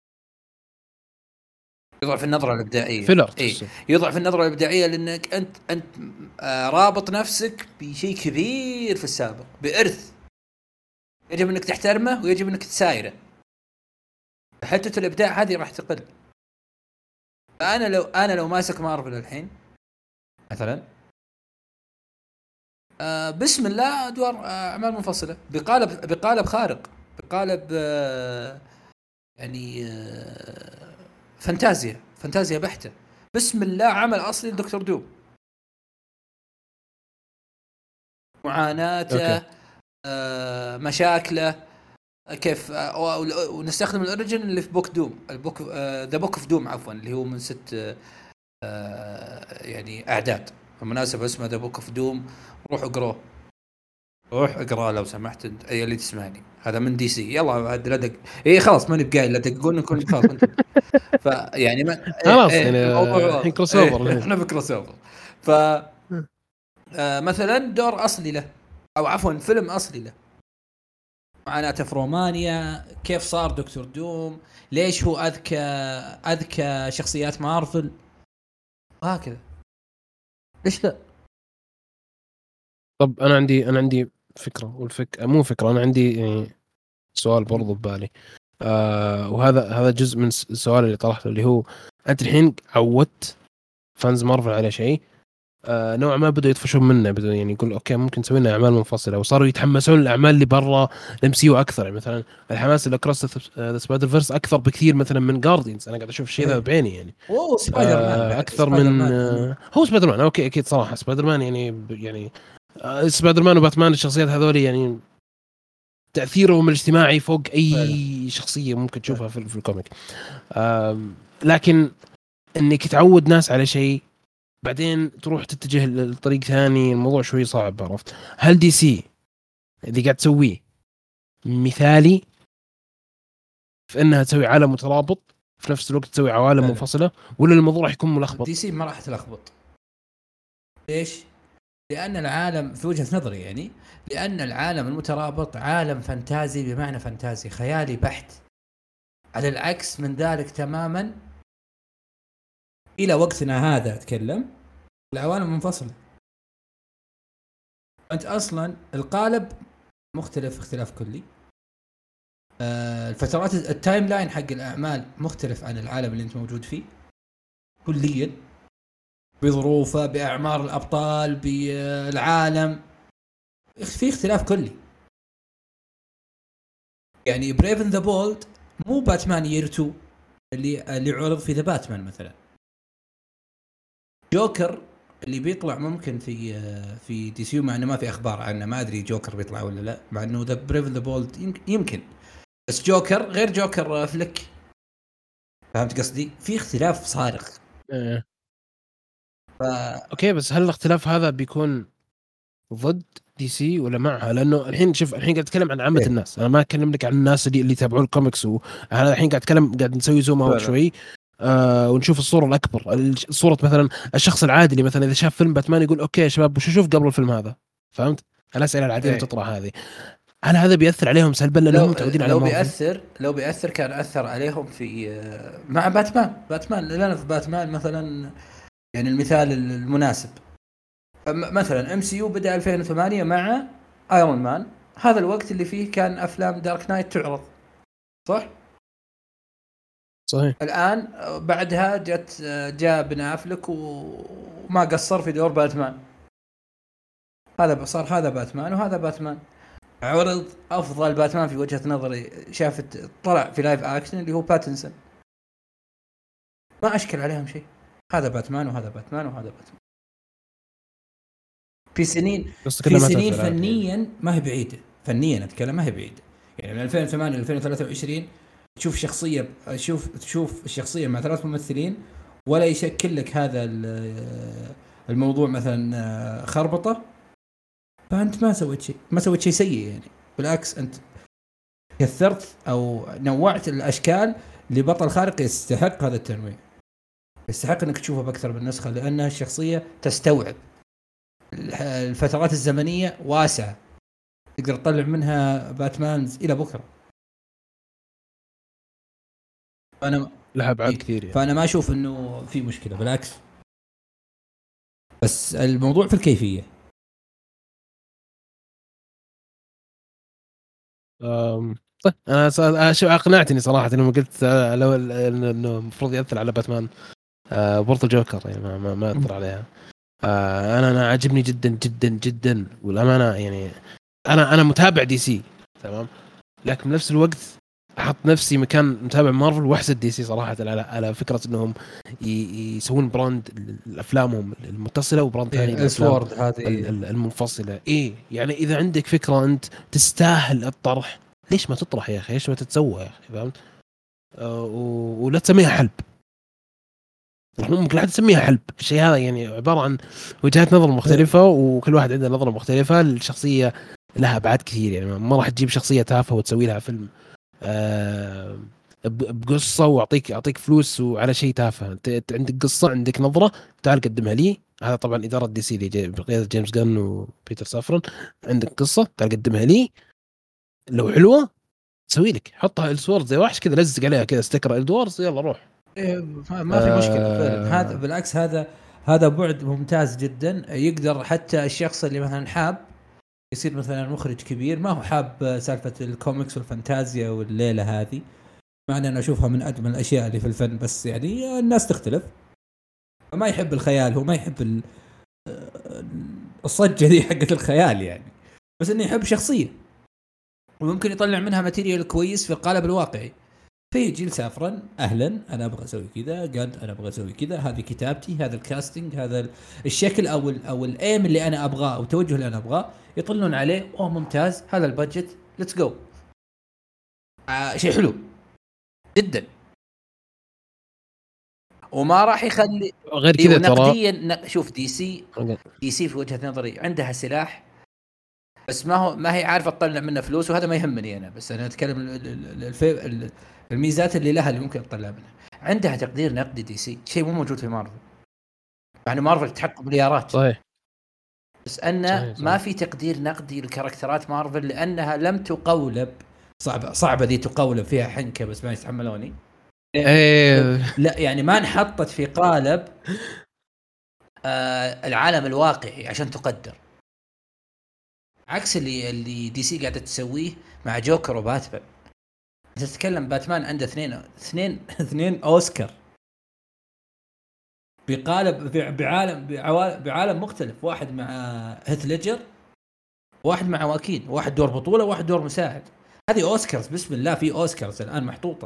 يضعف النظرة الإبداعية. إيه؟ يضعف النظرة الإبداعية لأنك أنت أنت آه رابط نفسك بشيء كبير في السابق، بإرث يجب أنك تحترمه ويجب أنك تسايره. حتة الإبداع هذه راح تقل. فأنا لو أنا لو ماسك مارفل الحين مثلا آه بسم الله أدوار آه أعمال منفصلة بقالب بقالب خارق، بقالب آه يعني آه فانتازيا فانتازيا بحتة. بسم الله عمل أصلي لدكتور دوم، معاناته آه مشاكله كيف آه ونستخدم الأوريجين اللي في بوك دوم، البوك ذا بوك اوف دوم عفوا، اللي هو من ست آه يعني أعداد. بالمناسبة اسمه ذا بوك اوف دوم، روح اقروه، روح اقرأ لو سمحت انت اي اللي تسمعني. هذا من دي سي. يلا عاد لا دق ايه خلاص ماني بقايل لا دقون نكون خلاص انت فيعني ما خلاص يعني الحين كروس اوفر، احنا في كروس اوفر. ف آه مثلا دور اصلي له، او عفوا فيلم اصلي له، معاناته في رومانيا، كيف صار دكتور دوم، ليش هو اذكى اذكى شخصيات مارفل وهكذا. ليش لا؟ طب انا عندي انا عندي فكره، والفكره مو فكره، انا عندي يعني سؤال برضو ببالي آه وهذا هذا جزء من السؤال اللي طرحته، اللي هو انت الحين عودت فانز مارفل على شيء آه نوع ما بدأوا يطفشون منه، بدأوا يعني يقول اوكي ممكن نسوي لنا اعمال منفصله، وصاروا يتحمسون الاعمال اللي برا الام سي يو اكثر. يعني مثلا الحماس اللي كروس ذا سبايدر فيرس اكثر بكثير مثلا من جاردينز، انا قاعد اشوف الشيء ذا بعيني يعني. اوه سبايدر مان آه اكثر سبايدر من مان. آه هو سبايدر مان اوكي اكيد صراحه سبايدر مان يعني يعني آه سبايدر مان وباتمان الشخصيات هذول يعني تأثيرهم الاجتماعي فوق أي فعلا. شخصية ممكن تشوفها في, في الكوميك. لكن إنك تعود ناس على شيء بعدين تروح تتجه لطريق ثاني، الموضوع شوي صعب. عرفت؟ هل دي سي اللي قاعد تسويه مثالي في إنها تسوي عالم مترابط في نفس الوقت تسوي عوالم فعلا. منفصلة، ولا الموضوع راح يكون ملخبط؟ دي سي ما راح تلخبط. ليش؟ لأن العالم في وجهة نظري يعني لأن العالم المترابط عالم فانتازي، بمعنى فانتازي خيالي بحت، على العكس من ذلك تماما إلى وقتنا هذا أتكلم العوالم منفصلة. أنت أصلا القالب مختلف اختلاف كلي، آه الفترات التايم لاين حق الأعمال مختلف عن العالم اللي أنت موجود فيه كليا، بظروفه بأعمار الأبطال بالعالم في اختلاف كلي. يعني بريف اند ذا بولد مو باتمان يير تو اللي اللي عرض في ذا باتمان مثلا. جوكر اللي بيطلع ممكن في في دي سي، مع انه ما في اخبار عنه، ما ادري جوكر بيطلع ولا لا، مع انه ذا بريف اند ذا بولد يمكن، بس جوكر غير جوكر فليك. فهمت قصدي؟ في اختلاف صارخ. أه. ف... اوكي بس هل الاختلاف هذا بيكون ضد دي سي ولا معها؟ لانه الحين شوف الحين قاعد اتكلم عن عامه إيه؟ الناس، انا ما اتكلم لك عن الناس اللي اللي يتابعون الكوميكس، وانا الحين قاعد اتكلم قاعد نسوي زوم اوت شوي آه ونشوف الصوره الاكبر، الصوره مثلا الشخص العادي اللي مثلا اذا شاف فيلم باتمان يقول اوكي يا شباب وش اشوف قبل الفيلم هذا. فهمت؟ الاسئله العاديه اللي تطرح هذه هل هذا بيأثر عليهم سلبا لأنهم لو متعودين على لو مارفل؟ بيأثر لو بيأثر كان أثر عليهم في مع باتمان باتمان لأن في باتمان مثلا يعني المثال المناسب مثلا ام سي يو بدأ ألفين وثمانية مع ايرون مان، هذا الوقت اللي فيه كان افلام دارك نايت تعرض صح؟ صحيح. الان بعدها جت جاء بن افلك وما قصر في دور باتمان، هذا صار هذا باتمان وهذا باتمان. عرض افضل باتمان في وجهة نظري شافت طلع في لايف اكشن اللي هو باتنسون، ما اشكل عليهم شيء، هذا باتمان وهذا باتمان وهذا باتمان. في سنين في سنين فنيا ما هي بعيدة، فنيا اتكلم ما هي بعيدة، يعني من ألفين وثمانية ل ألفين وثلاثة وعشرين تشوف شخصية شوف تشوف الشخصية مع ثلاث ممثلين ولا يشكل لك هذا الموضوع مثلا خربطة، فأنت ما سويت شيء، ما سويت شيء سيء يعني، بالعكس أنت كثرت أو نوعت الأشكال لبطل خارق يستحق هذا التنويع، يستحق أنك تشوفه بأكثر من نسخة لأنها الشخصية تستوعب الفترات الزمنية واسعة، تقدر تطلع منها باتمان إلى بكرة. أنا لها أبعاد كثير يعني. فأنا ما أشوف إنه في مشكلة، بالعكس، بس الموضوع في الكيفية. أم طيب أنا أشوف أقنعتني صراحة لما قلت لو إنه المفروض يأثر على باتمان أه برضو جوكر يعني ما ما, ما أثر عليها. أه أنا أنا عجبني جدا جدا جدا والأمانة يعني أنا أنا متابع دي سي تمام، لكن بنفس الوقت أحط نفسي مكان متابع مارفل وأحسد دي سي صراحة على على فكرة إنهم يسوون براند لأفلامهم المتصلة وبراند ثاني للأفلام المنفصلة. إيه يعني إذا عندك فكرة أنت تستاهل الطرح ليش ما تطرح يا أخي، ليش ما تتسوى يا أخي، فهمت؟ أه ولا تسميها حلب، ممكن لا تسميها حلب، الشيء هذا يعني عبارة عن وجهات نظر مختلفة وكل واحد عنده نظرة مختلفة، الشخصية لها أبعاد كثير يعني ما راح تجيب شخصية تافهة وتسوي لها فيلم أه بقصة وأعطيك أعطيك فلوس وعلى شيء تافه. أنت عندك قصة عندك نظرة تعال قدمها لي، هذا طبعا إدارة دي سي اللي بقيادة جيمس جان وبيتر سافرن، عندك قصة تعال قدمها لي لو حلوة تسوي لك حطها السورد زي وحش كذا لزق عليها كذا استكرا الدورز يلا روح. ما في مشكلة فعلا، هذا بالعكس هذا هذا بعد ممتاز جدا، يقدر حتى الشخص اللي مثلا حاب يصير مثلا مخرج كبير ما هو حاب سالفة الكوميكس والفانتازيا والليلة هذه، مع أن أنا أشوفها من أجمل الأشياء اللي في الفن، بس يعني الناس تختلف، ما يحب الخيال هو ما يحب الصجة دي حقة الخيال يعني، بس إنه يحب شخصية وممكن يطلع منها ماتيريال كويس في القالب الواقعي. فيجي لسافرن أهلا أنا أبغى أسوي كذا، قد أنا أبغى أسوي كذا، هذه كتابتي، هذا الكاستينج، هذا الشكل أو ال أو الأيم اللي أنا أبغاه أو التوجه اللي أنا أبغاه، يطلعون عليه أوه ممتاز هذا البادجت ليتس جو، آه شيء حلو جدا، وما راح يخلي غير كذا ترى نقديا. شوف دي سي دي سي في وجهة نظري عندها سلاح بس ما هو ما هي عارفة تطلع منه فلوس، وهذا ما يهمني أنا، بس أنا أتكلم الميزات اللي لها اللي ممكن تطلع منها. عندها تقدير نقدي دي سي شيء مو موجود في مارفل، يعني مارفل تحقق مليارات صحيح، بس أن ما في تقدير نقدي لكاركترات مارفل لأنها لم تقولب، صعبة صعبة دي تقولب فيها حنكة بس ما يستحملوني. إيه. لا يعني ما انحطت في قالب آه العالم الواقعي عشان تقدر، عكس اللي اللي دي سي قاعدة تسويه مع جوكر وباتمان. تتكلم باتمان عنده اثنين اثنين اثنين أوسكار بقالب بعالم بعالم مختلف، واحد مع هيث ليدجر، واحد مع واكين، واحد دور بطولة واحد دور مساعد، هذه أوسكارز بسم الله، في أوسكارز الآن محطوطة.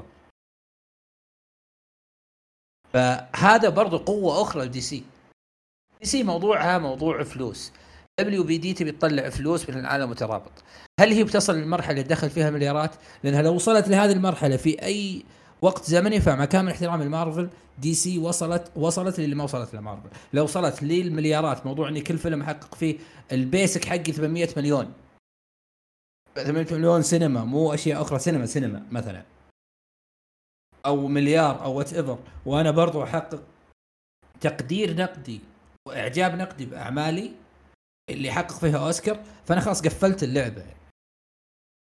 فهذا برضو قوة أخرى لدي سي. دي سي موضوعها موضوع فلوس، دبليو بي دي تبي تطلع فلوس من العالم مترابط. هل هي بتصل للمرحلة اللي دخل فيها مليارات؟ لأنها لو وصلت لهذه المرحلة في أي وقت زمني فمع كامل احترام المارفل دي سي وصلت وصلت للي ما وصلت لمارفل. لو وصلت للمليارات، موضوع اني كل فيلم حقق فيه البيسك حقي ثمانمية مليون ثمانمية مليون سينما، مو اشياء اخرى، سينما سينما مثلا، او مليار او وات ايفر، وانا برضو احقق تقدير نقدي واعجاب نقدي باعمالي اللي حقق فيها اوسكار، فانا خلاص قفلت اللعبه.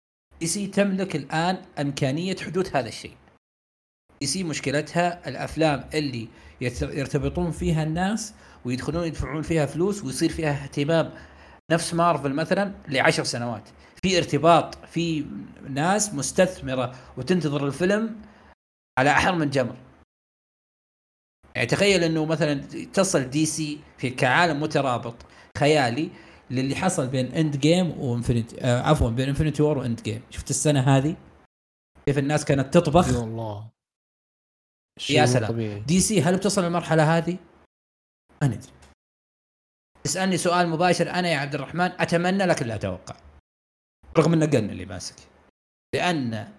دي سي تملك الآن إمكانية حدوث هذا الشيء. دي سي مشكلتها الأفلام اللي يرتبطون فيها الناس ويدخلون يدفعون فيها فلوس ويصير فيها اهتمام، نفس مارفل مثلا لعشر سنوات، في ارتباط، في ناس مستثمرة وتنتظر الفيلم على أحر من جمر. يعني تخيل أنه مثلا تصل دي سي في كعالم مترابط خيالي للي حصل بين اند جيم وانفينيتي، آه عفوا بين انفينيتي وور واند جيم. شفت السنة هذه كيف الناس كانت تطبخ؟ يا الله يا سلام. دي سي هل بتصل للمرحلة هذه؟ أنا أدري. اسألني سؤال مباشر أنا يا عبد الرحمن أتمنى لكن لا أتوقع، رغم أنه قلنا اللي ماسك، لأن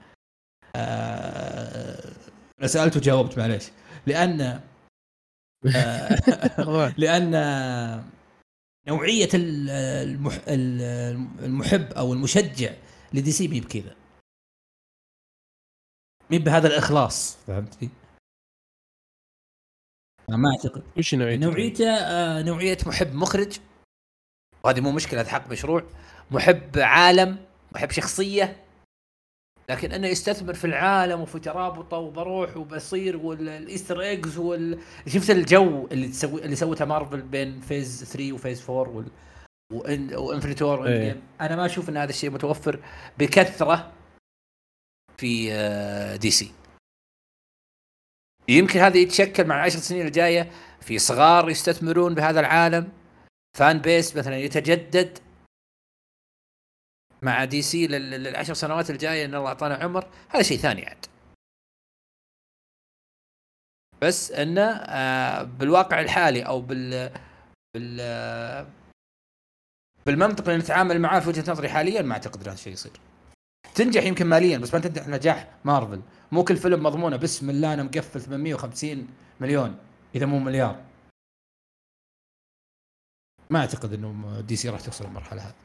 آه... سألت وجاوبت معليش، لأن آه... لأن نوعية المح... المحب أو المشجع لدي سي مي بكذا، مي بهذا الإخلاص، فهمتني؟ ما أعتقد. إيش نوعيته؟ نوعيته آه... نوعية محب مخرج، وهذه مو مشكلة، هذا حق مشروع. محب عالم، محب شخصية، لكن أنه يستثمر في العالم وفي ترابطه وبروح وبصير والإيستر إيجز وال... شفت الجو اللي تسوي اللي سوتها مارفل بين فيز ثري وفيز فور وال... وإن... وإنفينيتي وور ايه. أنا ما أشوف أن هذا الشيء متوفر بكثرة في دي سي. يمكن هذا يتشكل مع العشر سنين الجاية في صغار يستثمرون بهذا العالم، فان بيس مثلا يتجدد مع دي سي للعشر سنوات الجاية إن الله أعطانا عمر، هذا شيء ثاني عاد. بس إنه آه بالواقع الحالي أو بال بال آه بالمنطق اللي نتعامل معاه في وجهة نظري حاليا ما أعتقد هذا الشيء يصير. تنجح يمكن ماليا بس ما تنجح نجاح مارفل. مو كل فيلم مضمونه بسم الله أنا مقفل ثمانمية وخمسين مليون إذا مو مليار. ما أعتقد إنه دي سي راح توصل المرحلة هذه.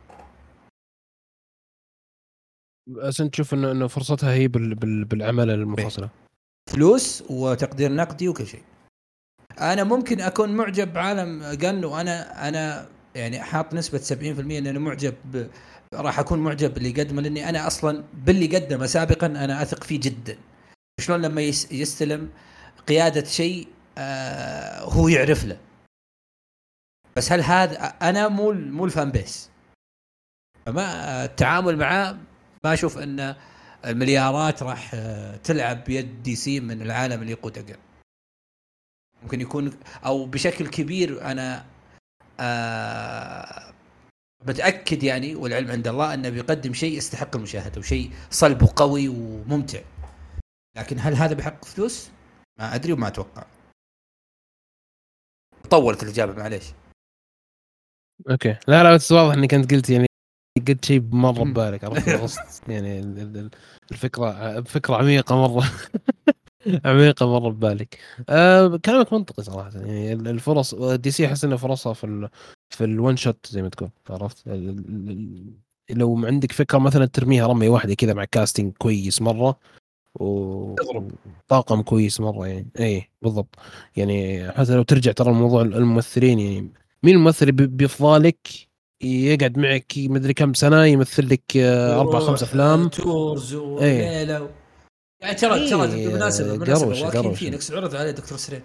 بس انت تشوف انه انه فرصتها هي بال بال بالعمل المنفصله، فلوس وتقدير نقدي وكل شيء. انا ممكن اكون معجب بعالم جن، وانا انا يعني حاط نسبه سبعين بالمئة ان انا معجب ب... راح اكون معجب باللي قدمه، لاني انا اصلا باللي قدمه سابقا انا اثق فيه جدا. شلون لما يس... يستلم قياده شيء آه هو يعرف له. بس هل هذا انا مو مو الفان بيس، فما التعامل معاه ما اشوف ان المليارات راح تلعب بيد دي سي من العالم اللي يقود أقل. ممكن يكون او بشكل كبير انا آه متاكد يعني، والعلم عند الله انه بيقدم شيء يستحق المشاهده وشيء صلب وقوي وممتع. لكن هل هذا بحق فلوس؟ ما ادري وما اتوقع. طولت الاجابه معليش. اوكي لا لا بس واضح انك انت قلت يعني قلت شيء مره ببالك، عرفت القصد يعني الفكره فكره عميقه مره عميقه مره ببالك. أه كلامك منطقي صراحه، يعني الفرص دي سي احس انه فرصها في ال في الون شوت زي ما تقول، عرفت لو عندك فكره مثلا ترميها رميه واحده كذا مع كاستنج كويس مره وطاقم كويس مره، يعني اي بالضبط. يعني حتى لو ترجع ترى الموضوع الممثلين، يعني مين الممثل بيفضلك يقعد معك مدري كم سنه يمثل لك اربع خمس افلام تورز وليله و... يعني ترى إيه ترى بالمناسبه بالمناسبه واكين فينيكس عرض عليه دكتور سترينج.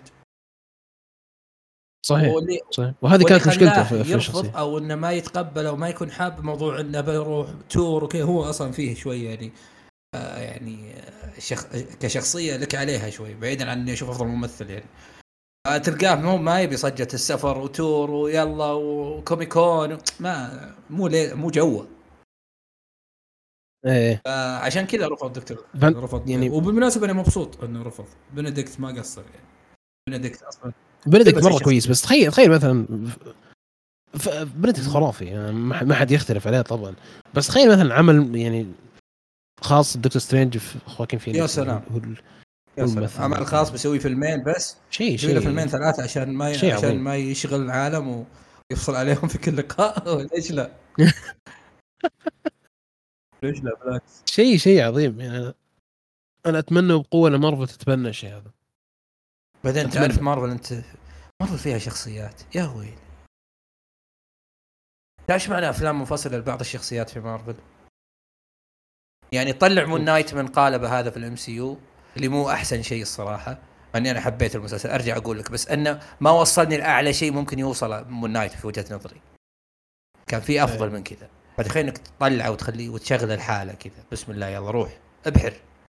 صحيح واللي... صحيح وهذه كانت مشكلته في, في الشخصيه، او انه ما يتقبل او ما يكون حاب موضوع انه بيروح تور وكذا. هو اصلا فيه شويه يعني آه يعني شخ... كشخصيه لك عليها شوي، بعيدا عن اني اشوف افضل ممثل يعني. آه تلقاه مو ما يبي صجة السفر وتور ويلا وكوميكون، ما مو لي... مو جوه. ايه عشان كذا رفض دكتور فن... رفض يعني. وبالمناسبه انا مبسوط انه رفض. بنديكت ما قصر يعني. بنديكت اصلا بنديكت مره كويس، بس تخيل تخيل مثلا ف... بنديكت خرافي يعني ما حد يختلف عليه طبعا، بس تخيل مثلا عمل يعني خاص دكتور سترينج في خواكين فينيكس. يا سلام هو يا سلام عمل خاص بيسوي فيلمين بس، شيء شيء فيلمين ثلاثه عشان ما ي... عشان عظيم. ما يشغل العالم ويفصل عليهم في كل لقاء. ليش لا ليش لا بالعكس شيء شيء عظيم يعني. انا اتمنى بقوه ان مارفل تتبنى الشيء هذا. بعدين تعرف مارفل انت مارفل فيها شخصيات يا ويلي. ايش معنى افلام منفصله لبعض الشخصيات في مارفل؟ يعني طلع مون نايت من قالبه هذا في الام سي يو اللي مو احسن شيء الصراحه، اني انا حبيت المسلسل ارجع اقول لك، بس انه ما وصلني لاعلى شيء ممكن يوصل مون نايت في وجهه نظري. كان في افضل من كذا. فتخيل انك تطلعه وتخليه وتشغل الحاله كذا، بسم الله يلا روح ابحر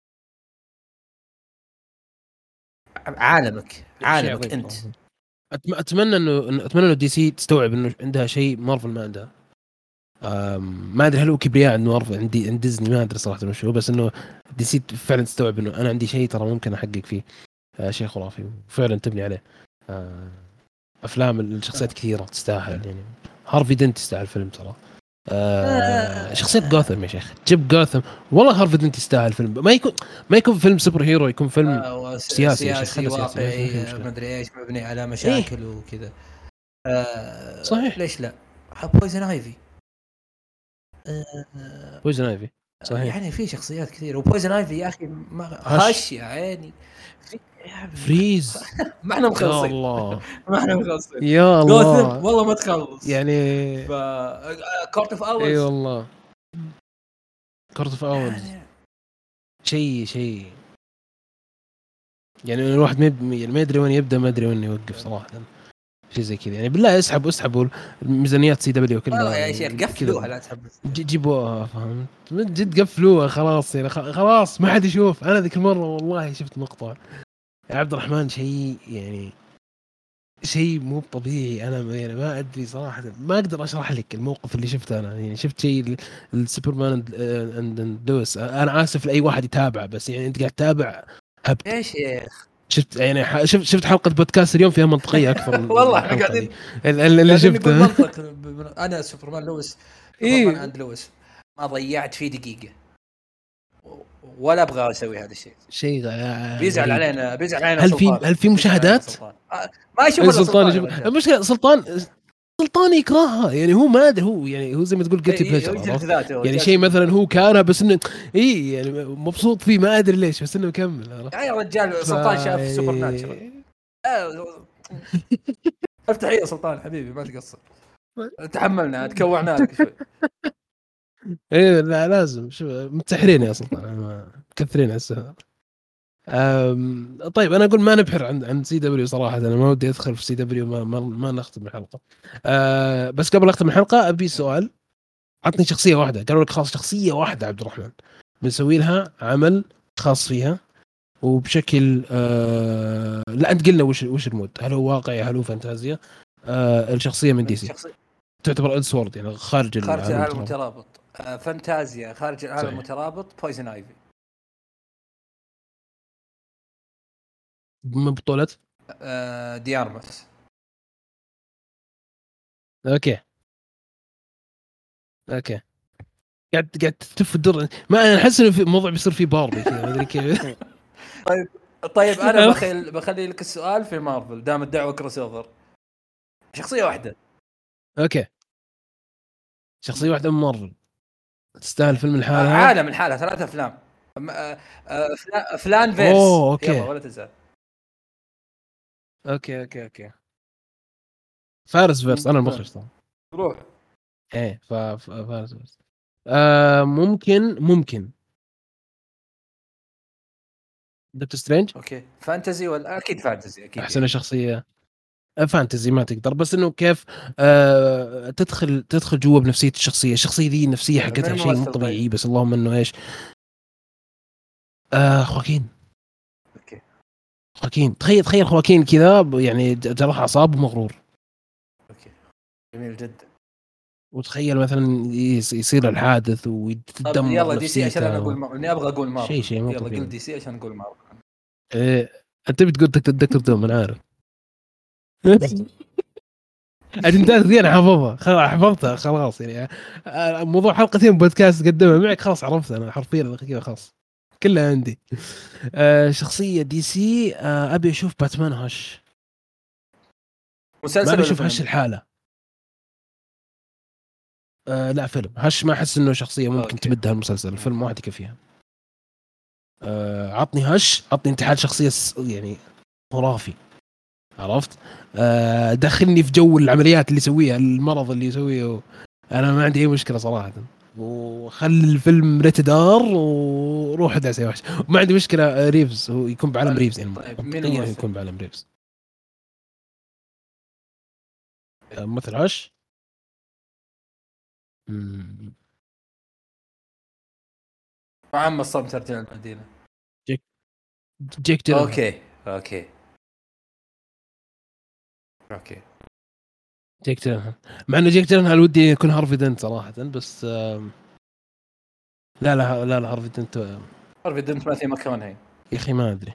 عالمك عالمك انت. اتمنى انه اتمنى انه دي سي تستوعب انه عندها شيء مارفل ما عندها. ما ادري هل هو كبرياء عند مارفل عندي عند ديزني، ما ادري صراحه مش هو، بس انه دي سي فعلا تستوعب انه انا عندي شيء ترى ممكن احقق فيه آه شيء خرافي وفعلا تبني عليه. آه افلام الشخصيات كثيره تستاهل، يعني هارفي دنت يستاهل فيلم ترى. آه شخصية جوثم يا شيخ، جيب جوثم والله. هارفي دنت يستاهل فيلم، ما يكون ما يكون فيلم سوبر هيرو، يكون فيلم آه سياسي يا سياسي شيخ، واقعي ما ادري ايش، مبني على مشاكل إيه؟ وكذا آه صحيح. ليش لا؟ بويزن ايفي آه بويزن ايفي صحيح. يعني في شخصيات كثير، وبويزن ايفي يا اخي ما هش يا عيني فريز ما احنا مخلصين. يا الله ما احنا مخلصين يا الله والله ما تخلص يعني. ف كورت اوف اورز اي والله كورت اوف اورز يعني... شيء شيء يعني الواحد ما يعني ما يدري وين يبدا ما ادري وين يوقف صراحه. شيء زي كذا يعني بالله اسحبوا اسحبوا الميزانيات سي دبليو كلها يا شيخ قفلوها لا تحب جيبوها، فهمت من جد قفلوها خلاص يعني خلاص ما حد يشوف. انا ذيك المره والله شفت مقطع يا عبد الرحمن شيء يعني شيء مو طبيعي. انا يعني ما ادري صراحه ما اقدر اشرح لك الموقف اللي شفته انا. يعني شفت شيء السوبرمان اند دوس. انا اسف لاي واحد يتابع، بس يعني انت قاعد تتابع هبت يا شيخ. شفت يعني شفت شفت حلقه بودكاست اليوم فيها منطقيه اكثر من والله احنا قاعدين اللي شفته انا سوبرمان لويس إيه؟ سوبرمان اند لويس ما ضيعت فيه دقيقه ولا ابغى اسوي هذا الشيء. شيء بيزعل علينا بيزعل علينا هل في هل في مشاهدات؟ ما يشوف سلطان يشوف. المشكله سلطان سلطان يكرهها يعني. هو ما ادري هو يعني هو زي ما تقول قلت بلجر يعني شيء مثلا هو كاره بس انه اي يعني مبسوط فيه ما ادري ليش بس انه مكمل. يا رجال سلطان ف... شاف سوبر ناتشرال افتح يا سلطان حبيبي ما تقصر تحملنا تكوعنا لك شوي. ايه لا لازم شو متسحرين يا سلطان مكثرين على السهر. طيب انا اقول ما نبحر عن عن سي دبليو صراحه. انا ما ودي ادخل في سي دبليو ما ما, ما نختم الحلقه. أه بس قبل اختم الحلقه ابي سؤال. عطني شخصيه واحده قالوا لك خلاص شخصيه واحده عبد الرحمن بنسوي لها عمل خاص فيها وبشكل أه لا انت قلنا وش وش المود، هل هو واقعي هل هو فانتازيا. أه الشخصيه من دي سي تعتبر السورد يعني خارج خارج العالم المترابط. أه فانتازيا خارج العالم المترابط. بويزن ايفي من بطولة أه ديارمس. اوكي اوكي قاعد قاعد تلف الدور. ما انا احس انه في موضوع بيصير فيه باربي كذا ما ادري كيف. طيب طيب انا بخلي بخلي لك السؤال في مارفل دام الدعوه كروس اوفر. شخصيه واحده اوكي شخصيه واحده من مارفل تستاهل فيلم الحالة. عالم الحالة ثلاثة افلام فلان فيرس. اوه اوكي يلا ولا تزعل. اوكي اوكي اوكي فارس فيرس انا المخرج طبعا روح ايه ف فارس فيرس. آه ممكن ممكن دكتور سترينج. اوكي فانتزي ولا اكيد فانتزي اكيد احسن شخصيه فانتزي ما تقدر بس انه كيف آه تدخل تدخل جوا بنفسيه الشخصيه. الشخصيه ذي النفسيه حقتها شيء مو طبيعي بس اللهم انه ايش آه خواكين. اوكي خواكين تخيل تخيل خواكين كذا يعني جراح اعصاب ومغرور. اوكي جميل جدا. وتخيل مثلا يصير الحادث ويتدمر. يلا دي سي عشان انا اقول مار... اني ابغى اقول مار شيء شيء يلا قل دي سي عشان اقول مار. ايه انت بتقول دكتور دوم انا عارف. اجندات ذي انا حافظها خلاص حفظتها خلاص يعني موضوع حلقتين بودكاست قدمها معك خلاص عرفت انا حرفيا كذا خلاص كلها عندي. آه شخصيه دي سي آه ابي اشوف باتمان هش مسلسل. ما ابي اشوف هش الحاله. آه لا فيلم هش ما احس انه شخصيه ممكن أوكي. تمدها المسلسل. الفيلم واحد يكفيها. آه عطني هش عطني انتحال شخصيه يعني خرافي عرفت. آه دخلني في جو العمليات اللي يسويها المرض اللي يسويه. انا ما عندي اي مشكله صراحه. وخلي الفيلم ريتد ار وروح ادعس يا وحش. ما عندي مشكله ريفز هو يكون بعالم ريفز يعني طيب، مين منطقيا الممثل؟ يكون بعالم ريفز. مثل عش مم. وعم الصمت ترجع المدينة. جيك جيك جيلنهال. اوكي اوكي اوكي جيك جيلنهال مع انه جيك جيلنهال ودي يكون هارفي دنت صراحه، بس آم، لا لا لا لا هارفي دنت آه، هارفي دنت ما في مكان هي. يا اخي ما ادري.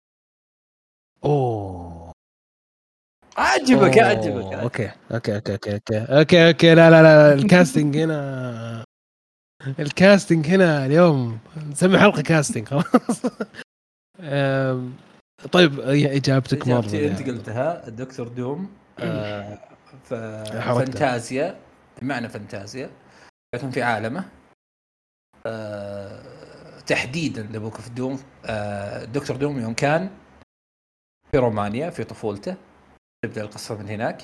اوه اعجبك أوه، اعجبك اوكي اوكي اوكي اوكي اوكي اوكي اوكي لا لا لا الكاستنج هنا الكاستنج هنا اليوم نسمي حلقه كاستنج خلاص. أم، طيب هي اجابتك مره اجابتي انت يعني. قلتها الدكتور دوم. آه ف... حركته. فانتازيا، بمعنى فانتازيا لكن في عالمه. آه تحديدا ذا بوك اوف دوم. آه دكتور دوم يوم كان في رومانيا في طفولته، تبدا القصه من هناك.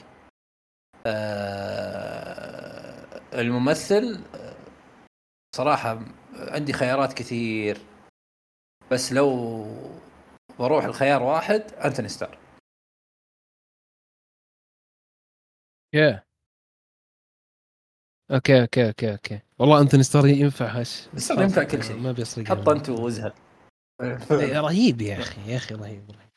آه الممثل صراحه عندي خيارات كثير، بس لو بروح الخيار واحد أنتوني ستار. يا اوكي اوكي اوكي اوكي والله انتوني ستار ينفع هش بس ستار ينفع كل خلاص شيء. ما بيصير. حط أنت وازهل. إيه، رهيب يا اخي يا اخي رهيب, رهيب.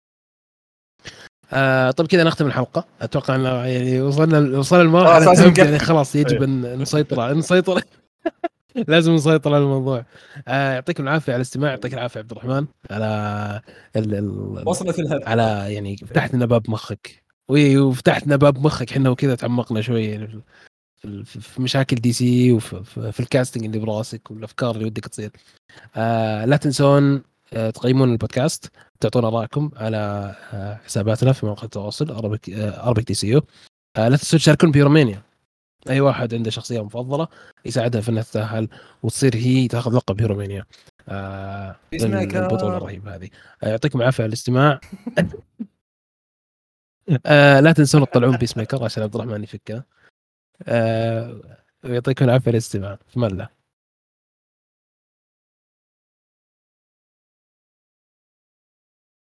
آه طب كذا نختم الحلقه. اتوقع ان يعني وصلنا وصلنا المرحله خلاص، لازم يعني نقفل. خلاص يجب ان نسيطر نسيطر لازم نسيطر على الموضوع. آه يعطيكم العافيه على الاستماع، يعطيك العافيه عبد الرحمن على ال ال وصلت الهدف. على يعني فتحت لنا باب مخك وي- وفتحت لنا باب مخك احنا وكذا تعمقنا شويه يعني في- في في مشاكل دي سي وفي في, في الكاستنج اللي براسك والافكار اللي ودك تصير. آه لا تنسون آه تقيمون البودكاست، تعطونا رايكم على آه حساباتنا في مواقع التواصل اربك آه اربك دي سي يو. آه لا تنسون تشاركون بيورومانيا. اي واحد عنده شخصيه مفضله يساعدها في انها تتاهل وتصير هي تاخذ لقب هيرومانيا آه البطوله الرهيبه هذه. آه يعطيكم العافيه على الاستماع. آه لا تنسون تطلعون بيس ميكر عشان عبد الرحمن يفكه. آه ويعطيكم العافيه على الاستماع. في مله.